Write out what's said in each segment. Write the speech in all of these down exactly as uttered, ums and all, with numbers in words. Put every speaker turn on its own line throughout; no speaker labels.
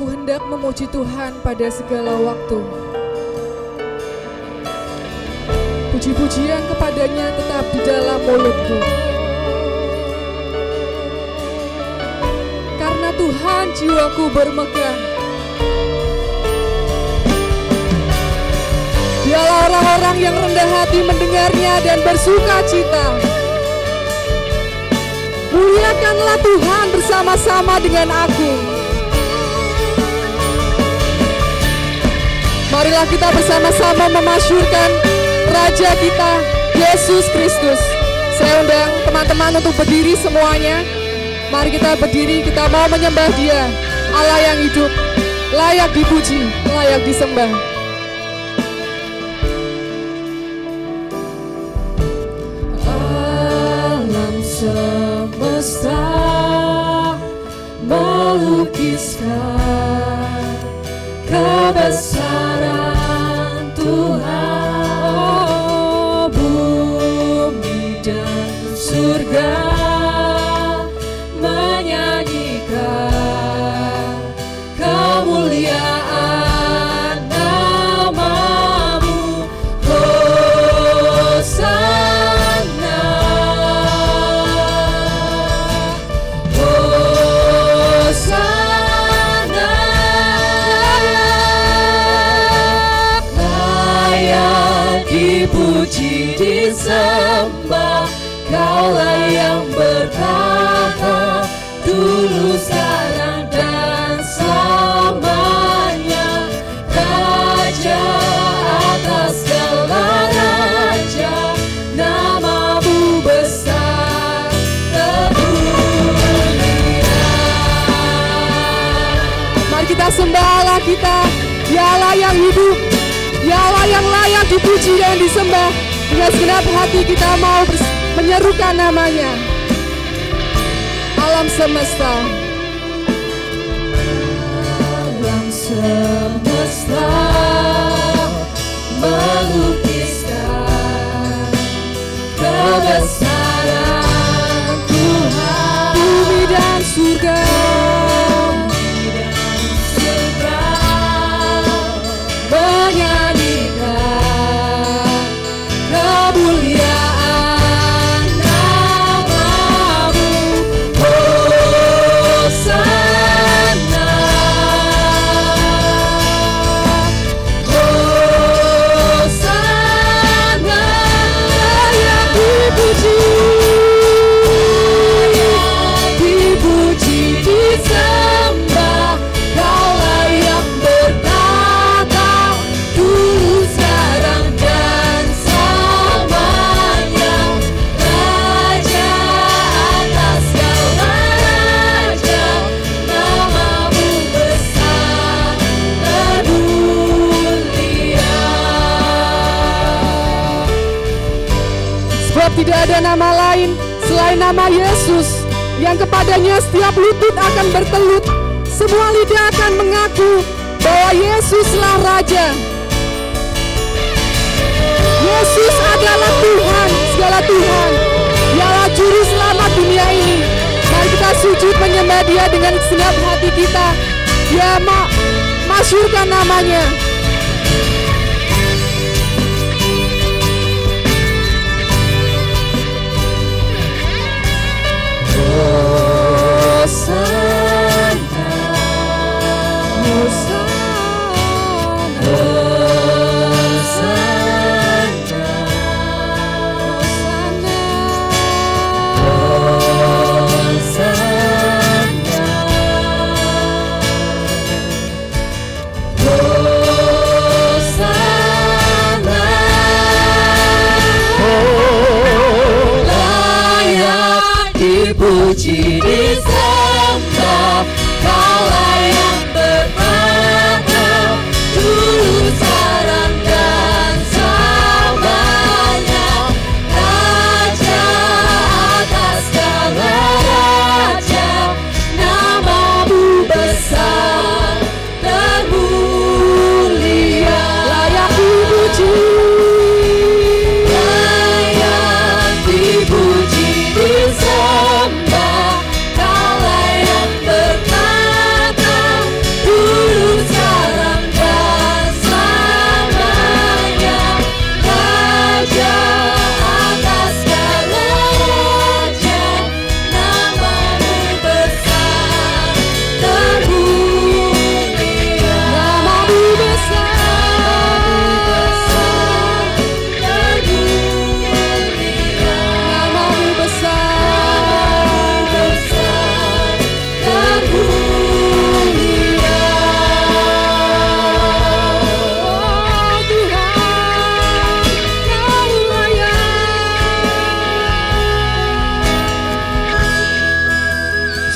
Aku hendak memuji Tuhan pada segala waktu. Puji-pujian kepadanya tetap di dalam mulutku. Karena Tuhan jiwaku bermegah. Dialah orang-orang yang rendah hati mendengarnya dan bersuka cita. Muliakanlah Tuhan bersama-sama dengan aku. Marilah kita bersama-sama memasyurkan Raja kita, Yesus Kristus. Saya undang teman-teman untuk berdiri semuanya. Mari kita berdiri, kita mau menyembah Dia, Allah yang hidup, layak dipuji, layak disembah. Alam semesta melukiskan kebesaran Tuhan, oh, bumi dan surga menyanyikan kemuliaan nama-Mu. Hosana, Hosana, layak dipuji disembah. Kaulah yang bertata dulu, sekarang dan selamanya. Raja atas segala raja, nama-Mu besar termulia. Mari kita sembah Allah kita, Ya Allah yang hidup, Ya Allah yang layak dipuji dan disembah. Dengan segenap hati kita mau menyerukan nama-Nya. Alam semesta, alam semesta melukiskan kebesaran Tuhan, bumi dan surga, bumi dan surga menyanyikan kemuliaan nama-Mu. Hosana, Hosana, layak dipuji, layak dipuji disembah. Kaulah yang bertata dulu, sekarang dan selamanya. Raja atas segala raja, nama-Mu besar termulia. Sebab tidak ada nama lain selain nama Yesus, yang kepadanya setiap lutut akan bertelut, semua lidah akan mengaku bahwa Yesuslah Raja. Yesus adalah Tuhan, segala Tuhan, Dialah Juru Selamat dunia ini. Mari kita sujud menyembah Dia dengan segenap hati kita. Dia mau masyurkan nama-Nya. Hosana, Hosana, Hosana, Hosana, Hosana, layak dipuji disembah. Kaulah yang bertata dulu, sekarang dan selamanya. Raja atas segala raja, nama-Mu besar termulia. Layak dipuji, layak dipuji disembah. Kau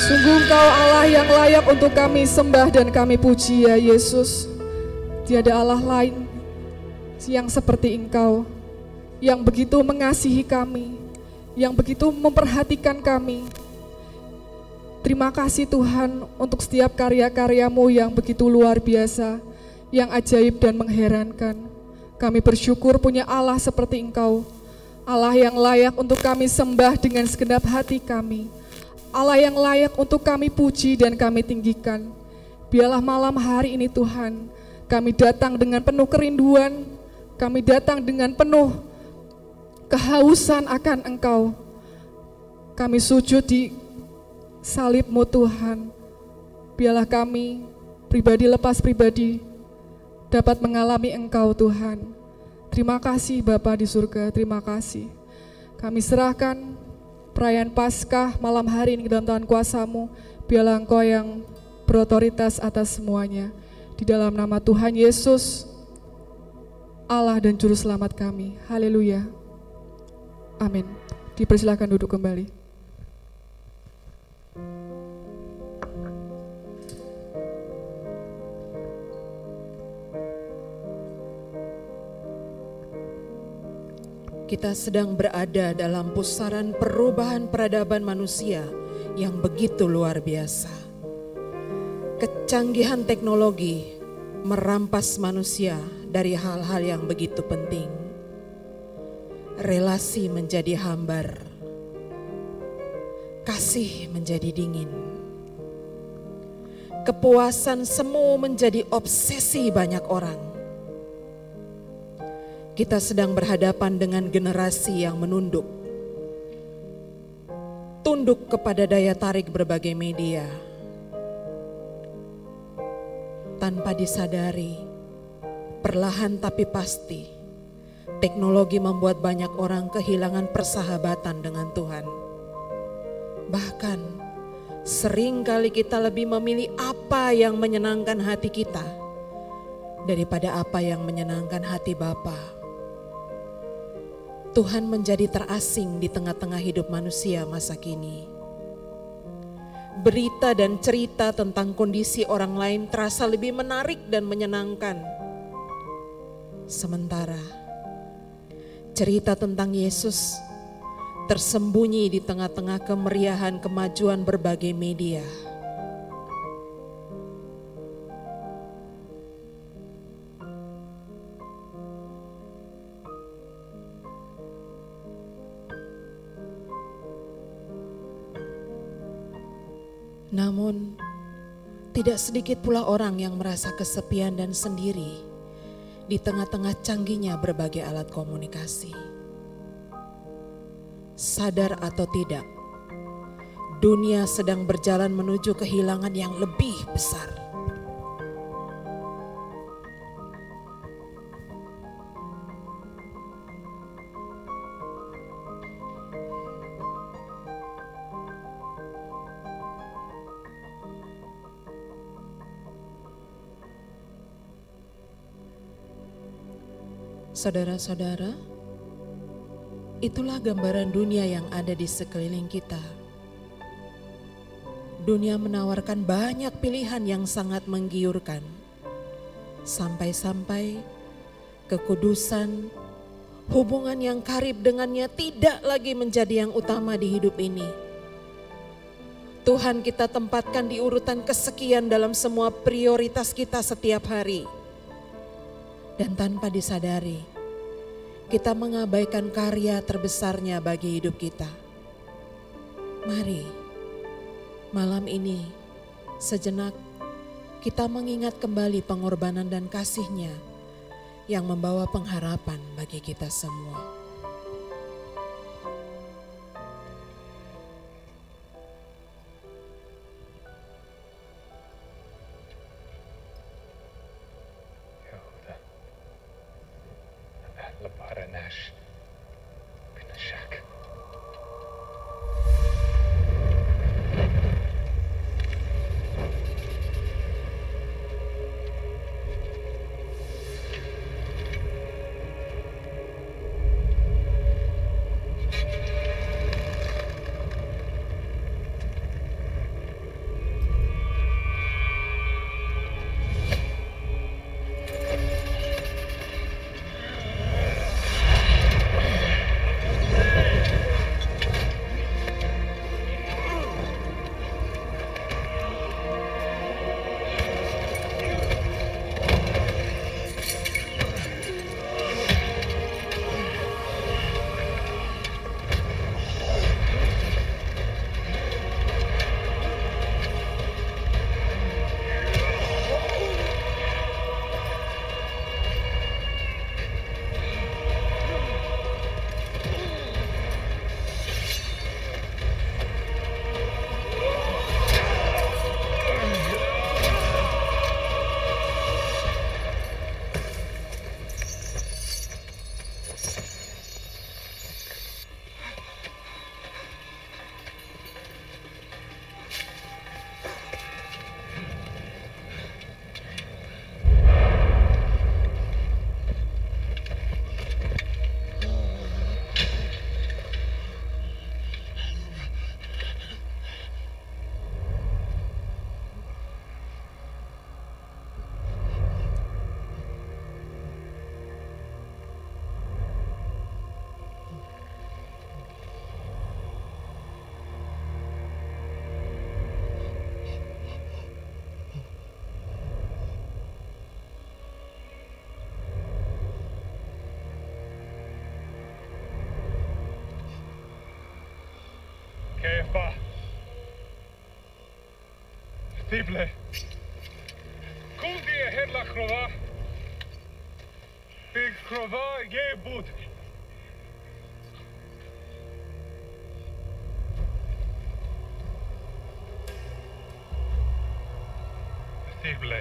Sungguh Engkau Allah yang layak untuk kami sembah dan kami puji ya Yesus. Tiada Allah lain yang seperti Engkau, yang begitu mengasihi kami, yang begitu memperhatikan kami. Terima kasih Tuhan untuk setiap karya-karya-Mu yang begitu luar biasa, yang ajaib dan mengherankan. Kami bersyukur punya Allah seperti Engkau, Allah yang layak untuk kami sembah dengan segenap hati kami, Allah yang layak untuk kami puji dan kami tinggikan. Biarlah malam hari ini Tuhan, kami datang dengan penuh kerinduan, kami datang dengan penuh kehausan akan Engkau. Kami sujud di salib-Mu Tuhan. Biarlah kami pribadi lepas pribadi dapat mengalami Engkau Tuhan. Terima kasih Bapa di surga, terima kasih. Kami serahkan perayaan Paskah malam hari ini ke dalam tangan kuasa-Mu. Biarlah Engkau yang berotoritas atas semuanya. Di dalam nama Tuhan Yesus, Allah dan Juru Selamat kami. Haleluya. Amin. Dipersilakan duduk kembali.
Kita sedang berada dalam pusaran perubahan peradaban manusia yang begitu luar biasa. Kecanggihan teknologi merampas manusia dari hal-hal yang begitu penting. Relasi menjadi hambar, kasih menjadi dingin, kepuasan semu menjadi obsesi banyak orang. Kita sedang berhadapan dengan generasi yang menunduk, tunduk kepada daya tarik berbagai media. Tanpa disadari, perlahan tapi pasti, teknologi membuat banyak orang kehilangan persahabatan dengan Tuhan. Bahkan, seringkali kita lebih memilih apa yang menyenangkan hati kita daripada apa yang menyenangkan hati Bapa. Tuhan menjadi terasing di tengah-tengah hidup manusia masa kini. Berita dan cerita tentang kondisi orang lain terasa lebih menarik dan menyenangkan. Sementara cerita tentang Yesus tersembunyi di tengah-tengah kemeriahan kemajuan berbagai media. Namun, tidak sedikit pula orang yang merasa kesepian dan sendiri di tengah-tengah canggihnya berbagai alat komunikasi. Sadar atau tidak, dunia sedang berjalan menuju kehilangan yang lebih besar. Saudara-saudara, itulah gambaran dunia yang ada di sekeliling kita. Dunia menawarkan banyak pilihan yang sangat menggiurkan. Sampai-sampai kekudusan, hubungan yang karib dengannya tidak lagi menjadi yang utama di hidup ini. Tuhan kita tempatkan di urutan kesekian dalam semua prioritas kita setiap hari. Dan tanpa disadari, kita mengabaikan karya terbesarnya bagi hidup kita. Mari, malam ini, sejenak kita mengingat kembali pengorbanan dan kasih-Nya yang membawa pengharapan bagi kita semua.
Kefa. Tible. Kundi herla krova. Big krova je bud. Tible.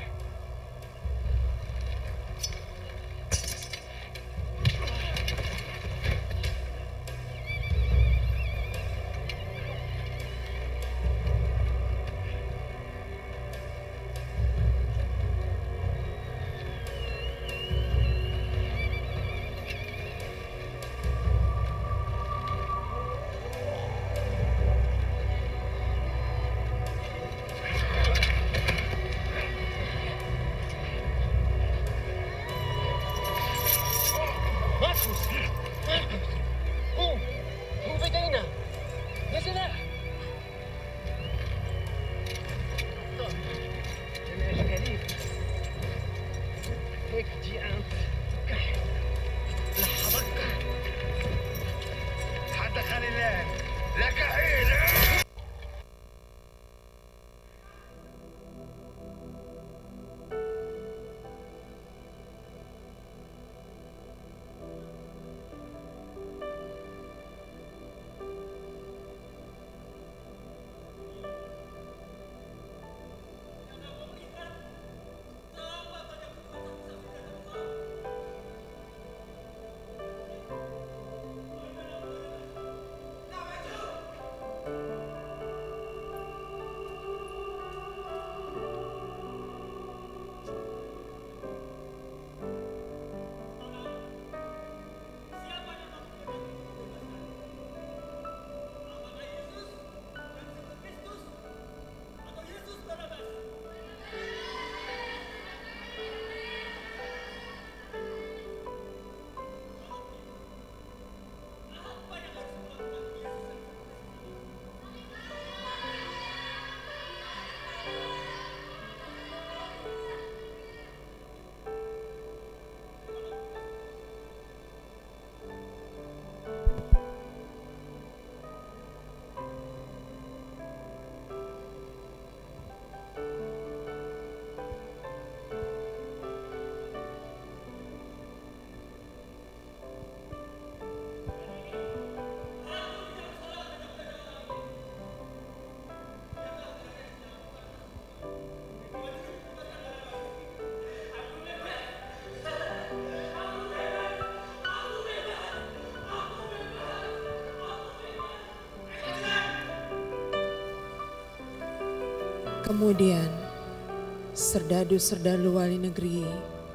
Kemudian serdadu-serdadu wali negeri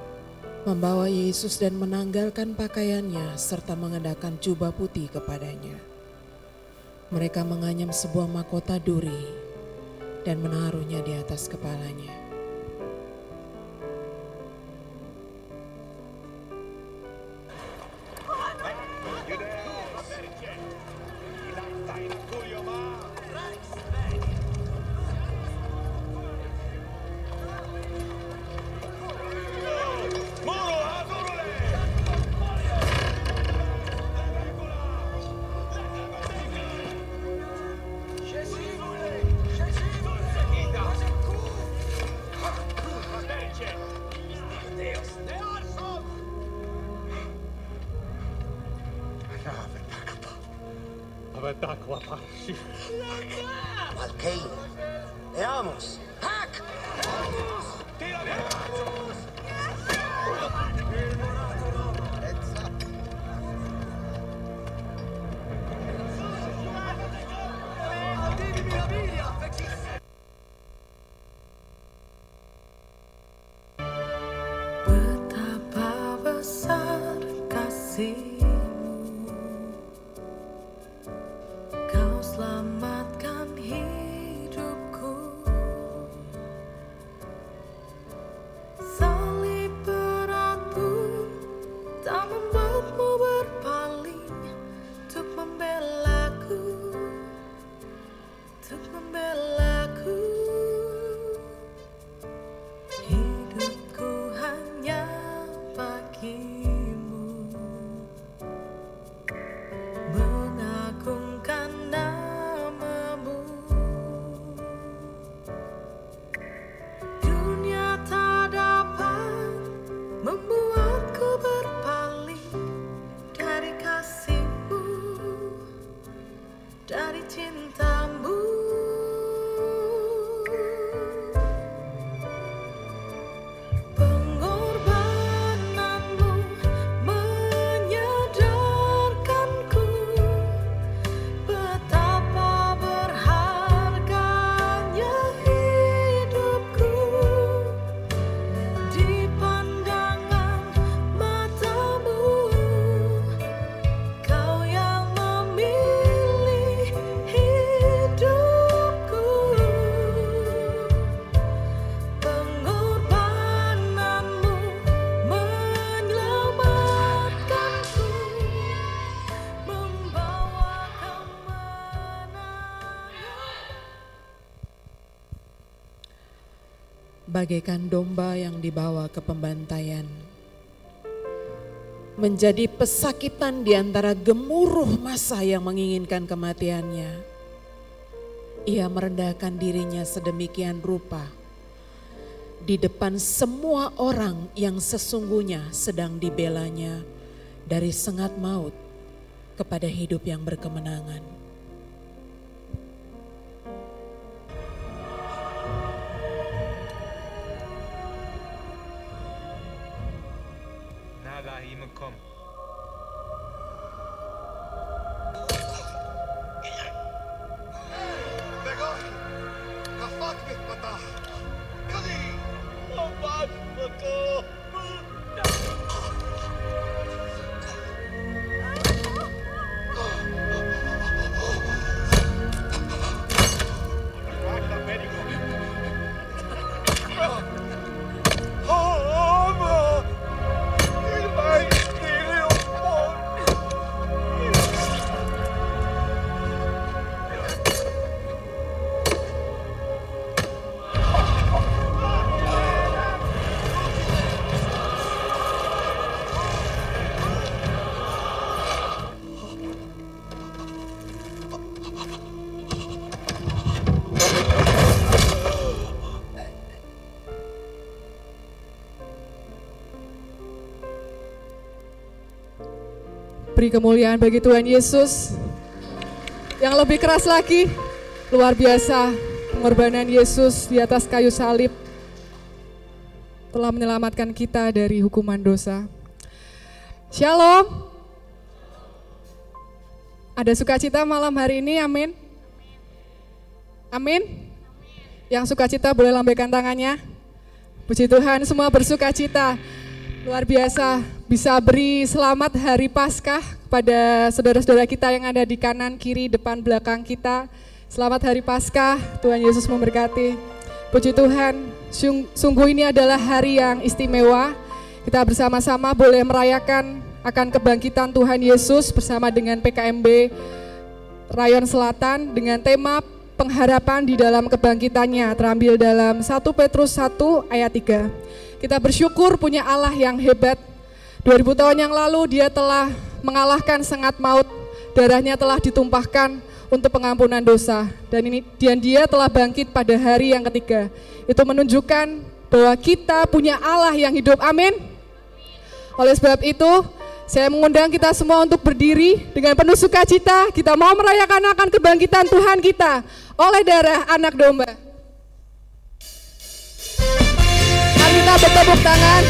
membawa Yesus dan menanggalkan pakaiannya serta mengenakan jubah putih kepadanya. Mereka menganyam sebuah mahkota duri dan menaruhnya di atas kepalanya.
Valkyrie, veamos. ¡Hack!
Betapa besar kasih-Mu, Kau selamatkan hidupku.
bagaikan domba yang dibawa ke pembantaian. Menjadi pesakitan di antara gemuruh massa yang menginginkan kematiannya. Ia merendahkan dirinya sedemikian rupa di depan semua orang yang sesungguhnya sedang dibelanya dari sengat maut kepada hidup yang berkemenangan.
Beri kemuliaan bagi Tuhan Yesus. Yang lebih keras lagi, luar biasa pengorbanan Yesus di atas kayu salib telah menyelamatkan kita dari hukuman dosa. Shalom. Ada sukacita malam hari ini, amin. Amin. Yang sukacita boleh lambaikan tangannya. Puji Tuhan, semua bersukacita. Luar biasa, bisa beri selamat hari Paskah kepada saudara-saudara kita yang ada di kanan, kiri, depan, belakang kita. Selamat hari Paskah, Tuhan Yesus memberkati. Puji Tuhan, sungguh ini adalah hari yang istimewa. Kita bersama-sama boleh merayakan akan kebangkitan Tuhan Yesus bersama dengan P K M B Rayon Selatan dengan tema pengharapan di dalam kebangkitannya, terambil dalam satu Petrus satu ayat tiga. Kita bersyukur punya Allah yang hebat. dua ribu tahun yang lalu dia telah mengalahkan sengat maut. Darahnya telah ditumpahkan untuk pengampunan dosa. Dan ini dan dia telah bangkit pada hari yang ketiga. Itu menunjukkan bahwa kita punya Allah yang hidup. Amin. Oleh sebab itu, saya mengundang kita semua untuk berdiri dengan penuh sukacita. Kita mau merayakan akan kebangkitan Tuhan kita oleh darah anak domba. Kita bertepuk tangan.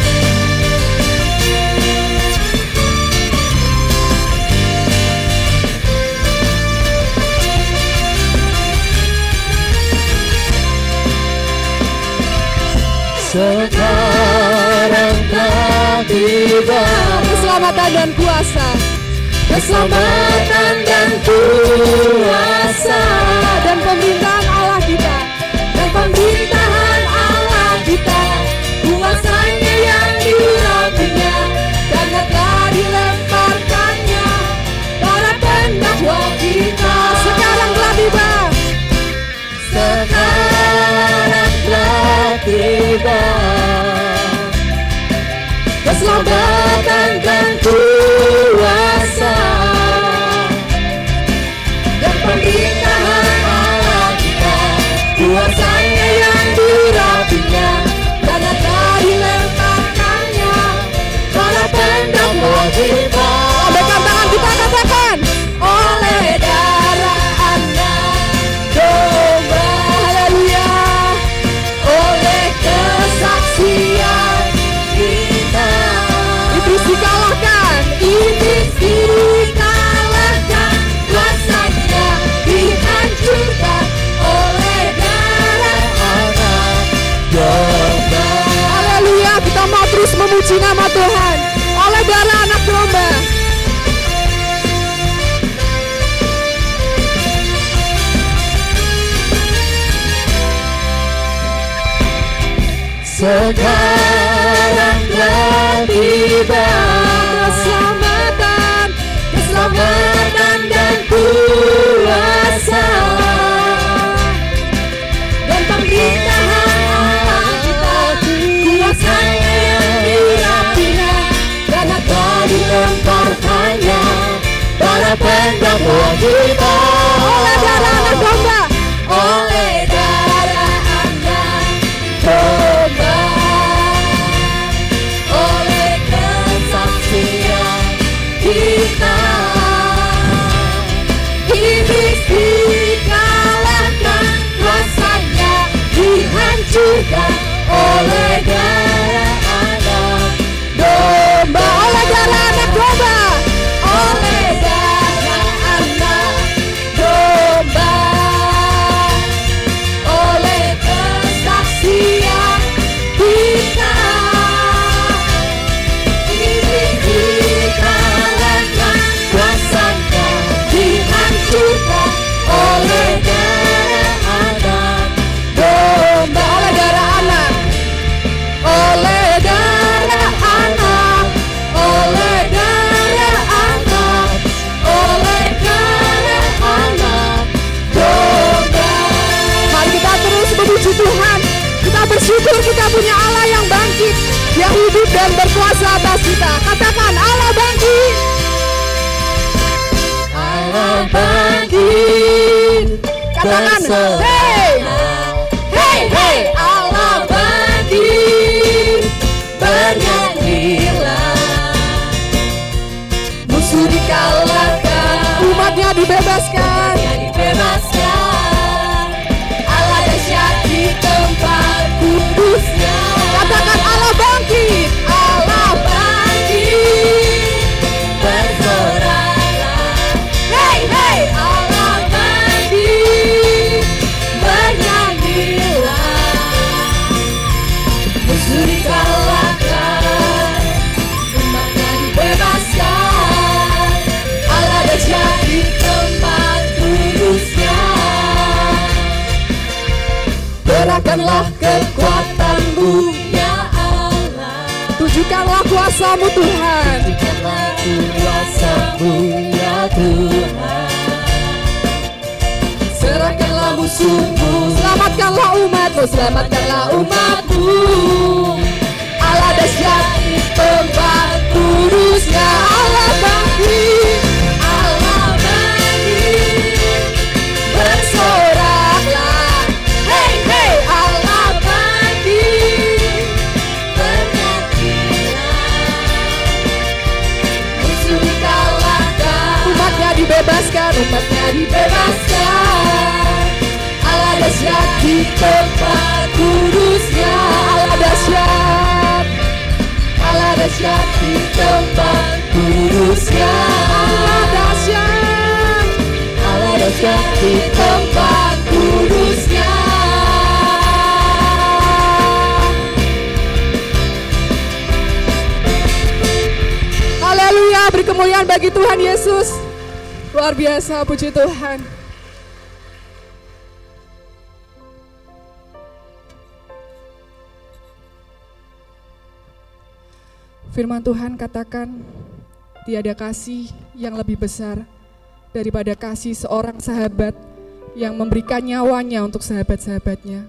Sekarang telah tiba
keselamatan dan kuasa,
keselamatan dan kuasa,
dan pemerintahan Allah kita,
dan pemerintahan Allah kita. Kuasanya yang diurapinya, karena telah dilemparkannya para pendakwa kita.
Sekarang telah tiba,
sekarang telah tiba keselamatan dan kuasa, dan pemerintahan Allah kita. Kuasanya yang diurapinya, karena telah dilemparkannya para pendakwa kita.
lambaikan tangan kita, katakan
Oleh darah anak domba, haleluya, oleh kesaksian kita,
iblis dikalahkan,
iblis dikalahkan, kuasanya dihancurkan oleh darah anak domba.
haleluya. Kita mau terus memuji nama Tuhan oleh darah anak domba.
Sekarang telah tiba keselamatan, keselamatan dan kuasa, dan pemerintahan Allah kita. semua kita.
Oleh darah anak domba,
Oleh darah anak domba, oleh kesaksian kita, iblis dikalahkan, kuasanya dihancurkan oleh darah anak domba.
oleh darah anak domba,
Oleh darah anak domba, oleh kesaksian kita, iblis dikalahkan, kuasanya dihancurkan oleh darah anak domba.
oleh darah anak,
Oleh darah anak, oleh darah anak, oleh darah anak domba.
mari kita terus memuji Tuhan. Kita bersyukur kita punya Allah yang bangkit, yang hidup dan berkuasa atas kita. Katakan Allah bangkit.
Allah bangkit,
Katakan
bersama.
hey,
Hey, hey, Allah bangkit, bernyanyilah, musuh dikalahkan,
umatnya dibebaskan.
yang dibebaskan, Allah dahsyat di tempat kudusnya.
Katakan Allah bangkit.
Allah bangkit, bersoralah. Hey, hey, Allah bangkit, bernyanyilah, musuh dikalahkan, umatnya dibebaskan, Allah dahsyat di tempat kudusnya. Gerakkanlah kekuatanmu ya Allah,
Tunjukkanlah kuasamu Tuhan.
tunjukkanlah kuasamu ya Tuhan. Serahkanlah musuhmu,
Selamatkanlah umatmu,
selamatkanlah umatmu. Allah dahsyat di tempat kudusnya. Allah bangkit, Allah bangkit, bersoraklah. Hey, hey, Allah bangkit, bernyanyilah, musuh dikalahkan,
umatnya dibebaskan.
umatnya dibebaskan, Allah dahsyat di tempat kudusnya. Allah dahsyat, Allah dahsyat di tempat kudusnya.
Allah dahsyat.
Allah dahsyat di tempat kudusnya.
Haleluya, beri kemuliaan bagi Tuhan Yesus. Luar biasa, puji Tuhan. Firman Tuhan katakan, tiada kasih yang lebih besar daripada kasih seorang sahabat yang memberikan nyawanya untuk sahabat-sahabatnya.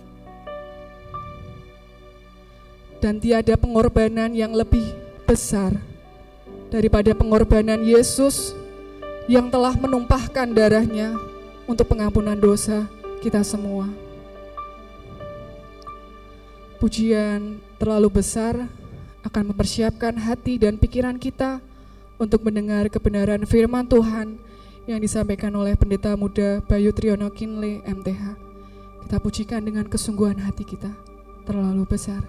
Dan tiada pengorbanan yang lebih besar daripada pengorbanan Yesus yang telah menumpahkan darahnya untuk pengampunan dosa kita semua. Pujian terlalu besar akan mempersiapkan hati dan pikiran kita untuk mendengar kebenaran firman Tuhan yang disampaikan oleh Pendeta Muda Bayu Triyono Kinle M T H. Kita pujikan dengan kesungguhan hati kita terlalu besar.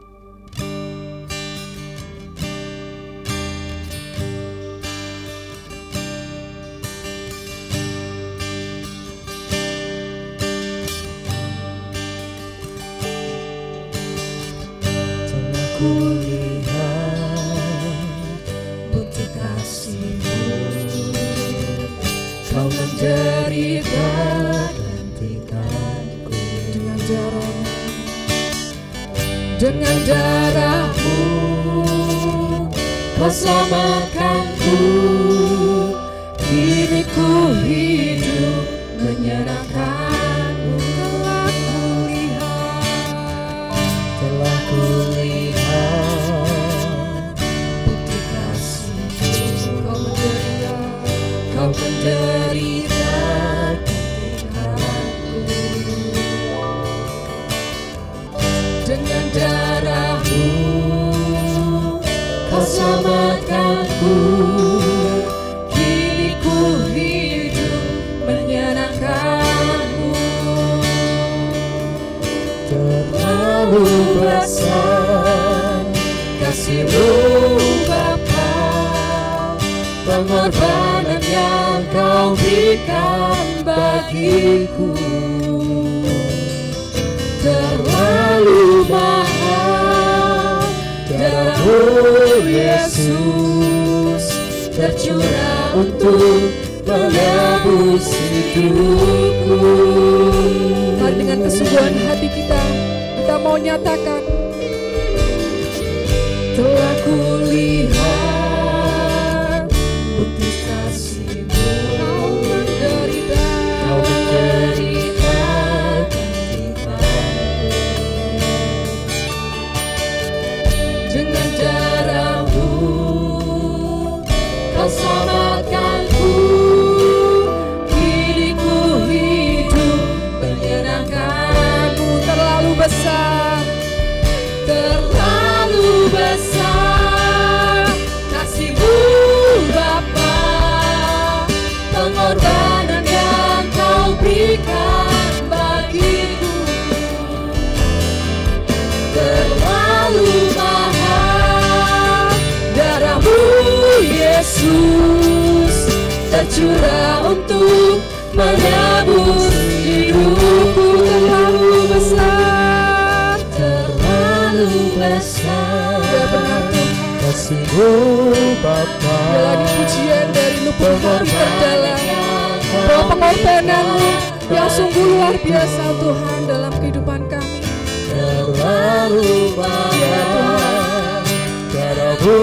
Kulihat butuh kasih-Mu, Kau menderita gantikanku.
Dengan darah,
Dengan darah-Mu Kau selamatkanku. Kini ku hidup menyerahkan-Mu. Telah kulihat, telah kulihat bukti kasih-Mu. Kau menderita, Kau menderita Kau selamatkanku, kini ku hidup menyenangkanmu. Terlalu besar kasih-Mu Bapa, pengorbanan yang Kau berikan bagiku. Terlalu mahal darah-Mu Yesus, tercurah untuk menebus hidupku.
Mari dengan kesungguhan hati kita, kita mau nyatakan,
telah kulihat bukti kasih-Mu, Kau menderita, Kau menderita gantikanku. Dengan darah-Mu Kau selamatkanku, kini ku hidup menyenangkanmu.
terlalu besar,
Terlalu besar kasih-Mu Bapa, pengorbanan yang Kau berikan bagiku. Terlalu mahal darah-Mu Yesus, tercurah untuk menebus hidupku. Terlalu besar, terlalu besar kasih-Mu Bapa,
lagi pujian dari lubuk hati terdalam, bahwa pengorbanan-Mu yang sungguh luar biasa Tuhan dalam kehidupan kami.
terlalu mahal darah-Mu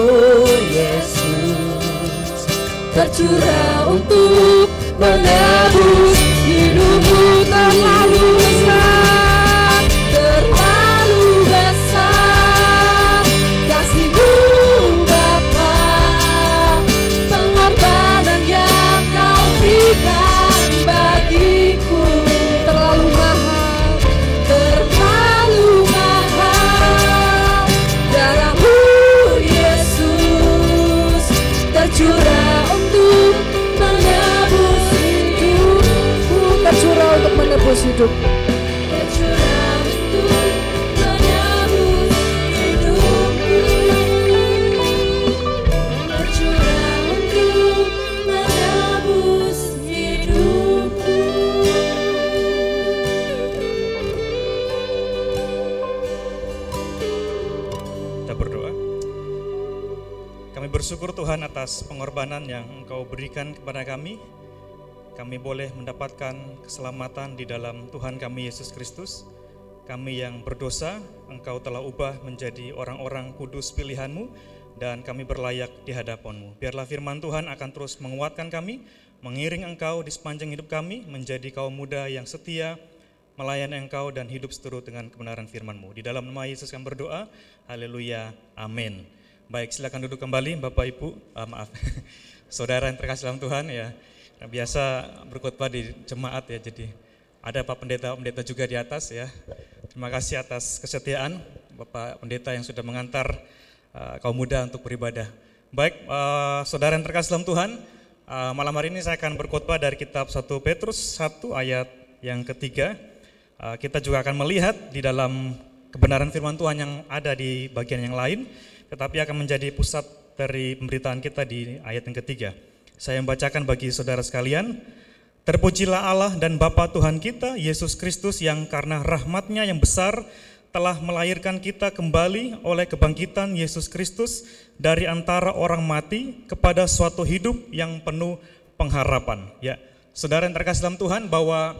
Yesus, tercurah untuk menebus hidupku. Terlalu besar, terlalu besar kasih-Mu Bapa, pengorbanan yang Kau berikan bagiku.
Terlalu mahal,
Terlalu mahal darah-Mu Yesus, tercurah untuk menebus hidupku.
tercurah untuk menebus hidup.
Tercurah untuk menebus hidupku. Tercurah untuk menebus hidupku.
Kita berdoa. Kami bersyukur Tuhan atas pengorbanan yang Engkau berikan kepada kami. Kami boleh mendapatkan keselamatan di dalam Tuhan kami Yesus Kristus. Kami yang berdosa, Engkau telah ubah menjadi orang-orang kudus pilihan-Mu, dan kami berlayak di hadapan-Mu. Biarlah firman Tuhan akan terus menguatkan kami, mengiring Engkau di sepanjang hidup kami, menjadi kaum muda yang setia, melayani Engkau dan hidup seturut dengan kebenaran firman-Mu. Di dalam nama Yesus kami berdoa, haleluya, amin. Baik, silakan duduk kembali Bapak Ibu, ah, maaf, saudara yang terkasih dalam Tuhan ya. Nah, biasa berkhotbah di jemaat ya, jadi ada Pak Pendeta-pendeta juga di atas ya. Terima kasih atas kesetiaan Bapak Pendeta yang sudah mengantar uh, kaum muda untuk beribadah. Baik, uh, saudara yang terkasih dalam Tuhan, uh, malam hari ini saya akan berkhotbah dari kitab satu Petrus satu ayat yang ketiga. Uh, kita juga akan melihat di dalam kebenaran firman Tuhan yang ada di bagian yang lain, tetapi akan menjadi pusat dari pemberitaan kita di ayat yang ketiga. Saya membacakan bagi saudara sekalian. Terpujilah Allah dan Bapa Tuhan kita, Yesus Kristus, yang karena rahmat-Nya yang besar telah melahirkan kita kembali oleh kebangkitan Yesus Kristus dari antara orang mati kepada suatu hidup yang penuh pengharapan. Ya, saudara yang terkasih dalam Tuhan, bahwa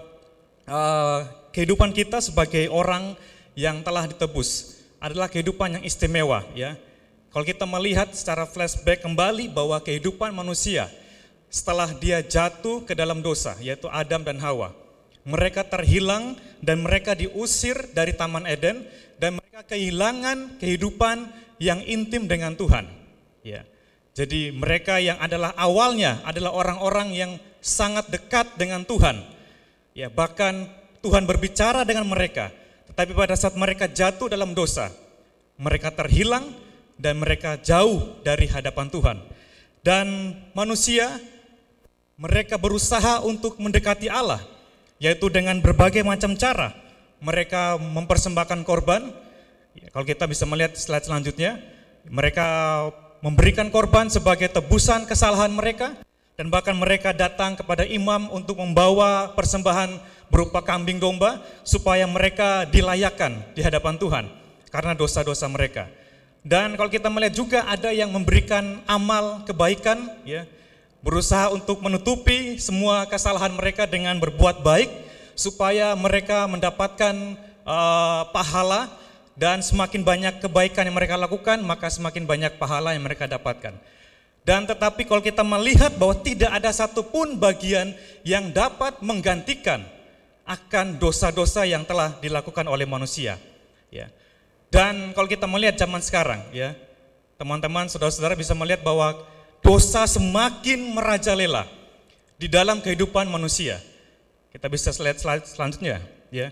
uh, kehidupan kita sebagai orang yang telah ditebus adalah kehidupan yang istimewa. Ya, kalau kita melihat secara flashback kembali bahwa kehidupan manusia setelah dia jatuh ke dalam dosa, yaitu Adam dan Hawa, mereka terhilang dan mereka diusir dari Taman Eden, dan mereka kehilangan kehidupan yang intim dengan Tuhan. Ya, jadi mereka yang adalah awalnya adalah orang-orang yang sangat dekat dengan Tuhan. Ya, bahkan Tuhan berbicara dengan mereka, tetapi pada saat mereka jatuh dalam dosa, mereka terhilang dan mereka jauh dari hadapan Tuhan. Dan manusia, mereka berusaha untuk mendekati Allah, yaitu dengan berbagai macam cara. Mereka mempersembahkan korban. Ya, kalau kita bisa melihat slide selanjutnya, mereka memberikan korban sebagai tebusan kesalahan mereka, dan bahkan mereka datang kepada imam untuk membawa persembahan berupa kambing domba supaya mereka dilayakkan di hadapan Tuhan karena dosa-dosa mereka. Dan kalau kita melihat juga ada yang memberikan amal kebaikan, ya, berusaha untuk menutupi semua kesalahan mereka dengan berbuat baik supaya mereka mendapatkan uh, pahala, dan semakin banyak kebaikan yang mereka lakukan maka semakin banyak pahala yang mereka dapatkan. Dan tetapi kalau kita melihat bahwa tidak ada satupun bagian yang dapat menggantikan akan dosa-dosa yang telah dilakukan oleh manusia, ya. Dan kalau kita melihat zaman sekarang, ya, teman-teman, saudara-saudara bisa melihat bahwa dosa semakin merajalela di dalam kehidupan manusia. Kita bisa lihat slide selanjutnya, ya.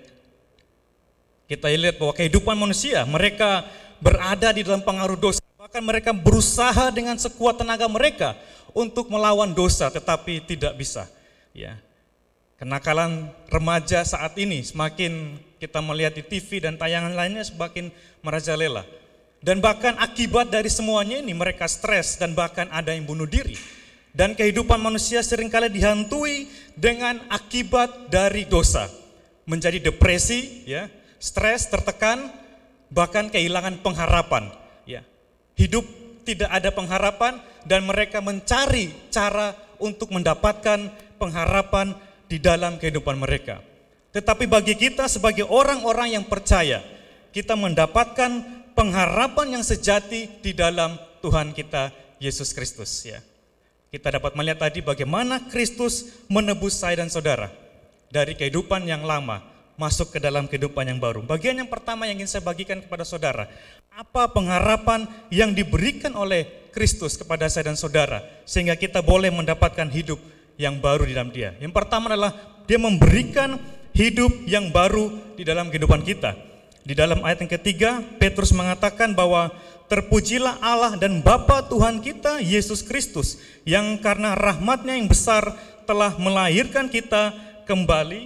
Kita lihat bahwa kehidupan manusia, mereka berada di dalam pengaruh dosa. Bahkan mereka berusaha dengan sekuat tenaga mereka untuk melawan dosa, tetapi tidak bisa, ya. Kenakalan remaja saat ini semakin kita melihat di T V dan tayangan lainnya semakin merajalela. Dan bahkan akibat dari semuanya ini mereka stres dan bahkan ada yang bunuh diri. Dan kehidupan manusia seringkali dihantui dengan akibat dari dosa. Menjadi depresi, ya, stres, tertekan, bahkan kehilangan pengharapan, ya. Hidup tidak ada pengharapan dan mereka mencari cara untuk mendapatkan pengharapan di dalam kehidupan mereka. Tetapi bagi kita sebagai orang-orang yang percaya, kita mendapatkan pengharapan yang sejati di dalam Tuhan kita Yesus Kristus, ya. Kita dapat melihat tadi bagaimana Kristus menebus saya dan saudara dari kehidupan yang lama masuk ke dalam kehidupan yang baru. Bagian yang pertama yang ingin saya bagikan kepada saudara, apa pengharapan yang diberikan oleh Kristus kepada saya dan saudara sehingga kita boleh mendapatkan hidup yang baru di dalam Dia. Yang pertama adalah Dia memberikan hidup yang baru di dalam kehidupan kita. Di dalam ayat yang ketiga, Petrus mengatakan bahwa terpujilah Allah dan Bapa Tuhan kita Yesus Kristus, yang karena rahmat-Nya yang besar telah melahirkan kita kembali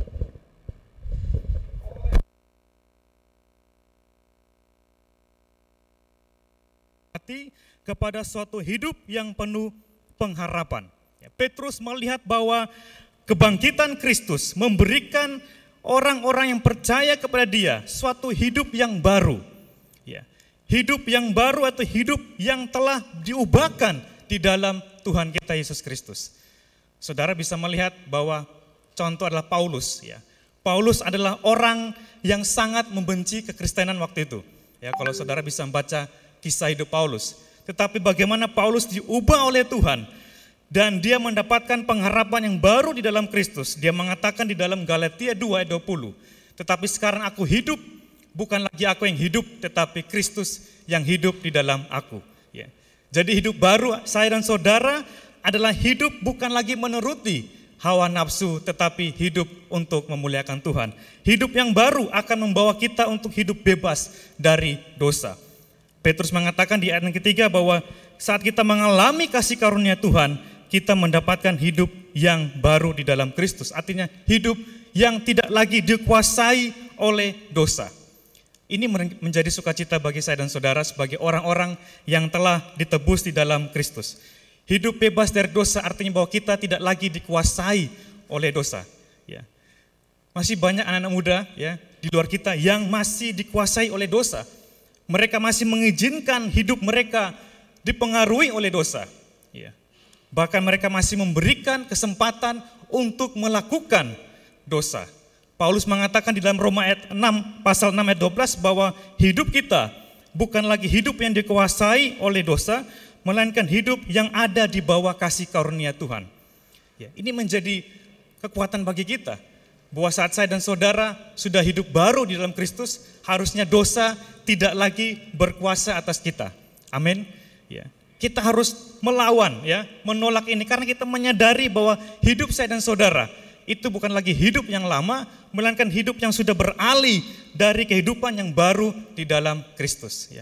kepada suatu hidup yang penuh pengharapan. Petrus melihat bahwa kebangkitan Kristus memberikan orang-orang yang percaya kepada Dia suatu hidup yang baru, ya. Hidup yang baru atau hidup yang telah diubahkan di dalam Tuhan kita Yesus Kristus. Saudara bisa melihat bahwa contoh adalah Paulus, ya. Paulus adalah orang yang sangat membenci kekristenan waktu itu, ya. Kalau saudara bisa membaca kisah hidup Paulus, tetapi bagaimana Paulus diubah oleh Tuhan dan dia mendapatkan pengharapan yang baru di dalam Kristus. Dia mengatakan di dalam Galatia dua ayat dua puluh, tetapi sekarang aku hidup, bukan lagi aku yang hidup, tetapi Kristus yang hidup di dalam aku, ya. Jadi hidup baru saya dan saudara adalah hidup bukan lagi menuruti hawa nafsu, tetapi hidup untuk memuliakan Tuhan. Hidup yang baru akan membawa kita untuk hidup bebas dari dosa. Petrus mengatakan di ayat yang ketiga bahwa saat kita mengalami kasih karunia Tuhan, kita mendapatkan hidup yang baru di dalam Kristus. Artinya hidup yang tidak lagi dikuasai oleh dosa. Ini menjadi sukacita bagi saya dan saudara sebagai orang-orang yang telah ditebus di dalam Kristus. Hidup bebas dari dosa artinya bahwa kita tidak lagi dikuasai oleh dosa, ya. Masih banyak anak-anak muda, ya, di luar kita yang masih dikuasai oleh dosa. Mereka masih mengizinkan hidup mereka dipengaruhi oleh dosa, ya. Bahkan mereka masih memberikan kesempatan untuk melakukan dosa. Paulus mengatakan di dalam Roma ayat enam, pasal enam ayat dua belas bahwa hidup kita bukan lagi hidup yang dikuasai oleh dosa, melainkan hidup yang ada di bawah kasih karunia Tuhan. Ya, ini menjadi kekuatan bagi kita, bahwa saat saya dan saudara sudah hidup baru di dalam Kristus, harusnya dosa tidak lagi berkuasa atas kita. Amin. Ya. Kita harus melawan, ya, menolak ini karena kita menyadari bahwa hidup saya dan saudara itu bukan lagi hidup yang lama, melainkan hidup yang sudah beralih dari kehidupan yang baru di dalam Kristus, ya.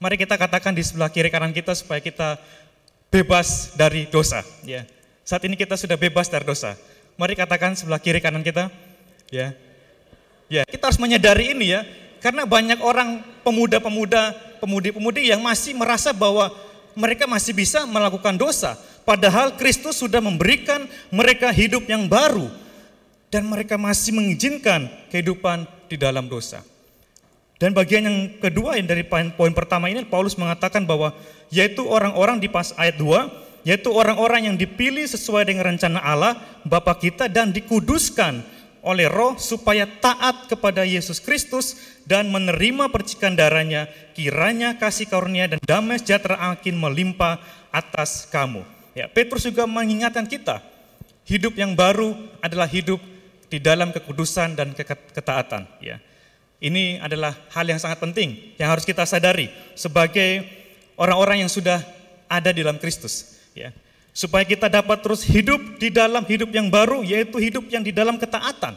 Mari kita katakan di sebelah kiri kanan kita supaya kita bebas dari dosa. Ya, saat ini kita sudah bebas dari dosa. Mari katakan sebelah kiri kanan kita. Ya, ya kita harus menyadari ini ya, karena banyak orang pemuda-pemuda, pemudi-pemudi yang masih merasa bahwa mereka masih bisa melakukan dosa. Padahal Kristus sudah memberikan mereka hidup yang baru. Dan mereka masih mengizinkan kehidupan di dalam dosa. Dan bagian yang kedua yang dari poin, poin pertama ini Paulus mengatakan bahwa yaitu orang-orang di pas ayat dua, yaitu orang-orang yang dipilih sesuai dengan rencana Allah Bapa kita dan dikuduskan oleh Roh supaya taat kepada Yesus Kristus dan menerima percikan darahnya, kiranya kasih karunia dan damai sejahtera makin melimpah atas kamu. Ya, Petrus juga mengingatkan kita, hidup yang baru adalah hidup di dalam kekudusan dan ketaatan. Ya, ini adalah hal yang sangat penting yang harus kita sadari sebagai orang-orang yang sudah ada di dalam Kristus. Ya, supaya kita dapat terus hidup di dalam hidup yang baru, yaitu hidup yang di dalam ketaatan.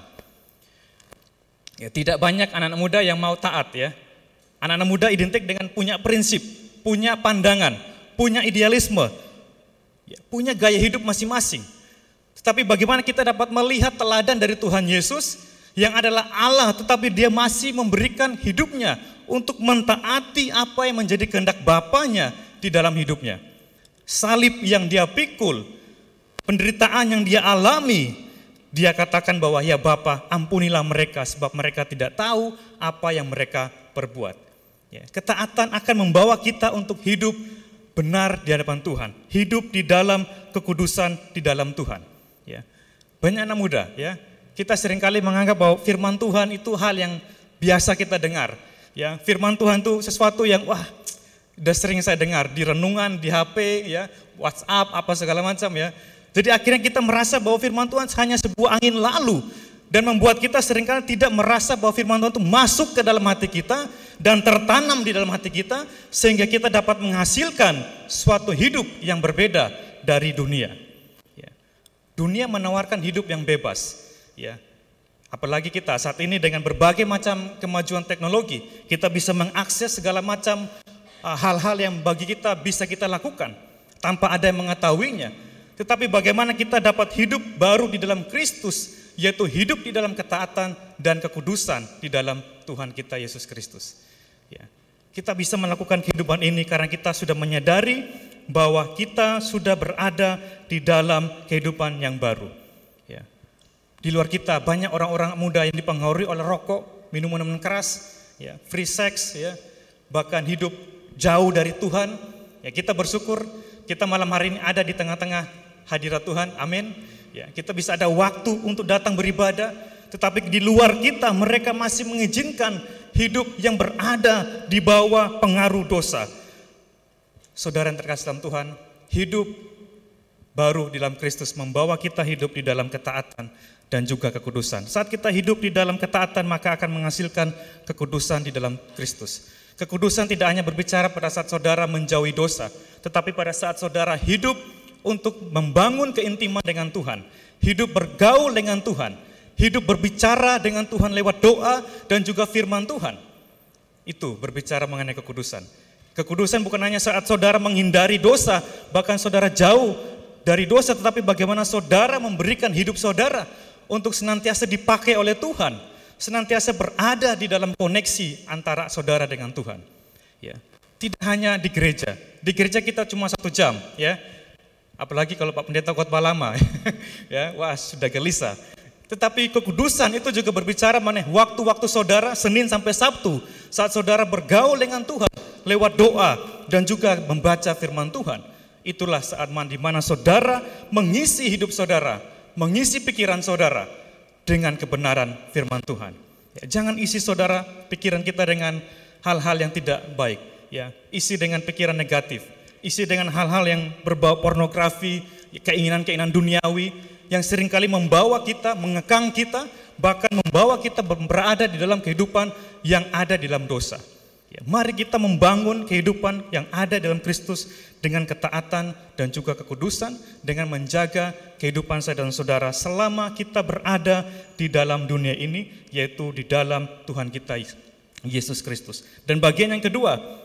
Ya, tidak banyak anak-anak muda yang mau taat ya. Anak-anak muda identik dengan punya prinsip, punya pandangan, punya idealisme, ya, punya gaya hidup masing-masing. Tetapi bagaimana kita dapat melihat teladan dari Tuhan Yesus yang adalah Allah, tetapi dia masih memberikan hidupnya untuk mentaati apa yang menjadi kehendak Bapanya di dalam hidupnya. Salib yang dia pikul, penderitaan yang dia alami, dia katakan bahwa ya Bapa, ampunilah mereka sebab mereka tidak tahu apa yang mereka perbuat. Ya, ketaatan akan membawa kita untuk hidup benar di hadapan Tuhan, hidup di dalam kekudusan di dalam Tuhan. Ya, banyak anak muda ya, kita seringkali menganggap bahwa firman Tuhan itu hal yang biasa kita dengar. Ya, firman Tuhan itu sesuatu yang wah, udah sering saya dengar di renungan, di H P, ya, WhatsApp, apa segala macam ya. Jadi akhirnya kita merasa bahwa firman Tuhan hanya sebuah angin lalu dan membuat kita seringkali tidak merasa bahwa firman Tuhan itu masuk ke dalam hati kita dan tertanam di dalam hati kita sehingga kita dapat menghasilkan suatu hidup yang berbeda dari dunia. Dunia menawarkan hidup yang bebas, ya. Apalagi kita saat ini dengan berbagai macam kemajuan teknologi, kita bisa mengakses segala macam uh, hal-hal yang bagi kita bisa kita lakukan tanpa ada yang mengetahuinya. Tetapi bagaimana kita dapat hidup baru di dalam Kristus, yaitu hidup di dalam ketaatan dan kekudusan di dalam Tuhan kita Yesus Kristus. Ya. Kita bisa melakukan kehidupan ini karena kita sudah menyadari bahwa kita sudah berada di dalam kehidupan yang baru. Ya. Di luar kita banyak orang-orang muda yang dipengaruhi oleh rokok, minuman-minuman keras, ya, free sex, ya, bahkan hidup jauh dari Tuhan. Ya, kita bersyukur kita malam hari ini ada di tengah-tengah hadirat Tuhan, amin. Ya, kita bisa ada waktu untuk datang beribadah, tetapi di luar kita mereka masih mengizinkan hidup yang berada di bawah pengaruh dosa. Saudara yang terkasih dalam Tuhan, hidup baru di dalam Kristus membawa kita hidup di dalam ketaatan dan juga kekudusan. Saat kita hidup di dalam ketaatan, maka akan menghasilkan kekudusan di dalam Kristus. Kekudusan tidak hanya berbicara pada saat saudara menjauhi dosa, tetapi pada saat saudara hidup untuk membangun keintiman dengan Tuhan, hidup bergaul dengan Tuhan, hidup berbicara dengan Tuhan lewat doa dan juga firman Tuhan. Itu berbicara mengenai kekudusan. Kekudusan bukan hanya saat saudara menghindari dosa, bahkan saudara jauh dari dosa, tetapi bagaimana saudara memberikan hidup saudara untuk senantiasa dipakai oleh Tuhan, senantiasa berada di dalam koneksi antara saudara dengan Tuhan. Ya, tidak hanya di gereja. Di gereja kita cuma satu jam, ya. Apalagi kalau Pak Pendeta khotbah lama, ya, wah sudah gelisah. Tetapi kekudusan itu juga berbicara mengenai waktu-waktu saudara Senin sampai Sabtu, saat saudara bergaul dengan Tuhan lewat doa dan juga membaca firman Tuhan. Itulah saat di mana saudara mengisi hidup saudara, mengisi pikiran saudara dengan kebenaran firman Tuhan. Ya, jangan isi saudara pikiran kita dengan hal-hal yang tidak baik. Ya, isi dengan pikiran negatif, isi dengan hal-hal yang berbau pornografi, keinginan-keinginan duniawi yang seringkali membawa kita, mengekang kita, bahkan membawa kita berada di dalam kehidupan yang ada di dalam dosa. Ya, mari kita membangun kehidupan yang ada dalam Kristus dengan ketaatan dan juga kekudusan, dengan menjaga kehidupan saya dan saudara selama kita berada di dalam dunia ini, yaitu di dalam Tuhan kita Yesus Kristus. Dan bagian yang kedua,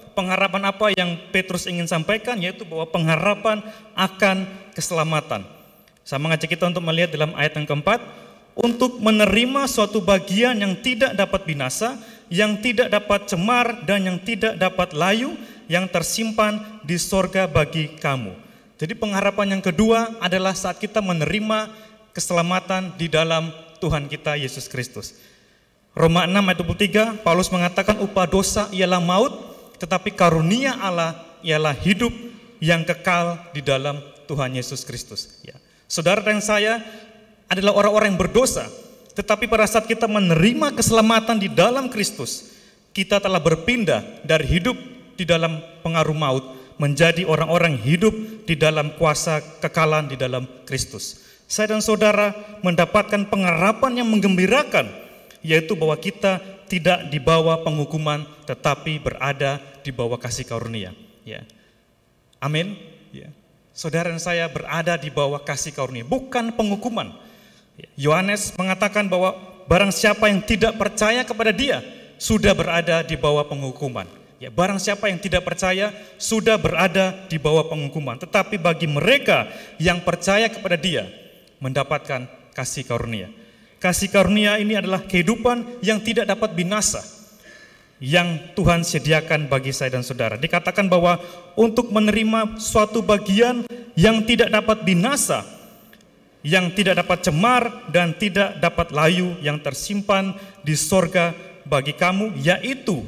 Pengharapan apa yang Petrus ingin sampaikan, yaitu bahwa pengharapan akan keselamatan. Saya mengajak kita untuk melihat dalam ayat yang keempat, untuk menerima suatu bagian yang tidak dapat binasa, yang tidak dapat cemar, dan yang tidak dapat layu, yang tersimpan di sorga bagi kamu. Jadi pengharapan yang kedua adalah saat kita menerima keselamatan di dalam Tuhan kita Yesus Kristus. Roma enam ayat dua puluh tiga, Paulus mengatakan upah dosa ialah maut, tetapi karunia Allah ialah hidup yang kekal di dalam Tuhan Yesus Kristus. Ya. Saudara dan saya adalah orang-orang yang berdosa, tetapi pada saat kita menerima keselamatan di dalam Kristus, kita telah berpindah dari hidup di dalam pengaruh maut menjadi orang-orang hidup di dalam kuasa kekalan di dalam Kristus. Saya dan saudara mendapatkan pengharapan yang menggembirakan, yaitu bahwa kita tidak di bawah penghukuman, tetapi berada di bawah kasih karunia. Ya. Amin. Ya. Saudara dan saya berada di bawah kasih karunia, bukan penghukuman. Yohanes mengatakan bahwa barang siapa yang tidak percaya kepada dia sudah berada di bawah penghukuman. Ya, barang siapa yang tidak percaya sudah berada di bawah penghukuman. Tetapi bagi mereka yang percaya kepada dia mendapatkan kasih karunia. Kasih karunia ini adalah kehidupan yang tidak dapat binasa, yang Tuhan sediakan bagi saya dan saudara. Dikatakan bahwa untuk menerima suatu bagian yang tidak dapat binasa, yang tidak dapat cemar dan tidak dapat layu, yang tersimpan di sorga bagi kamu, yaitu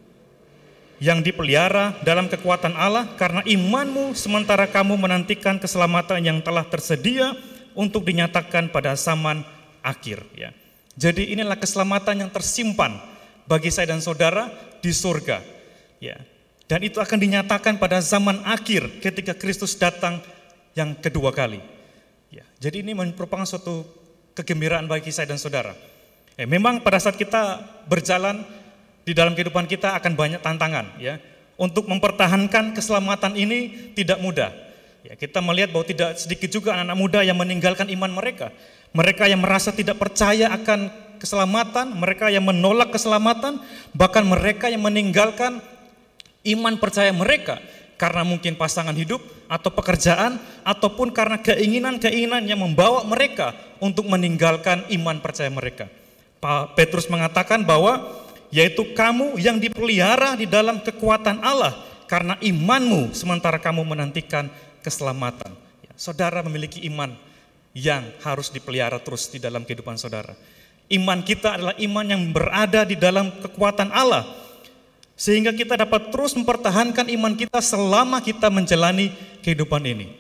yang dipelihara dalam kekuatan Allah karena imanmu, sementara kamu menantikan keselamatan yang telah tersedia untuk dinyatakan pada zaman akhir. Ya. Jadi inilah keselamatan yang tersimpan bagi saya dan saudara di surga. Ya. Dan itu akan dinyatakan pada zaman akhir ketika Kristus datang yang kedua kali. Ya. Jadi ini merupakan suatu kegembiraan bagi saya dan saudara. Ya, memang pada saat kita berjalan di dalam kehidupan kita akan banyak tantangan. Ya. Untuk mempertahankan keselamatan ini tidak mudah. Ya, kita melihat bahwa tidak sedikit juga anak-anak muda yang meninggalkan iman mereka. Mereka yang merasa tidak percaya akan keselamatan, mereka yang menolak keselamatan, bahkan mereka yang meninggalkan iman percaya mereka karena mungkin pasangan hidup atau pekerjaan, ataupun karena keinginan-keinginan yang membawa mereka untuk meninggalkan iman percaya mereka. Pak Petrus mengatakan bahwa yaitu kamu yang dipelihara di dalam kekuatan Allah karena imanmu, sementara kamu menantikan keselamatan. Ya, saudara memiliki iman yang harus dipelihara terus di dalam kehidupan saudara. Iman kita adalah iman yang berada di dalam kekuatan Allah, sehingga kita dapat terus mempertahankan iman kita selama kita menjalani kehidupan ini.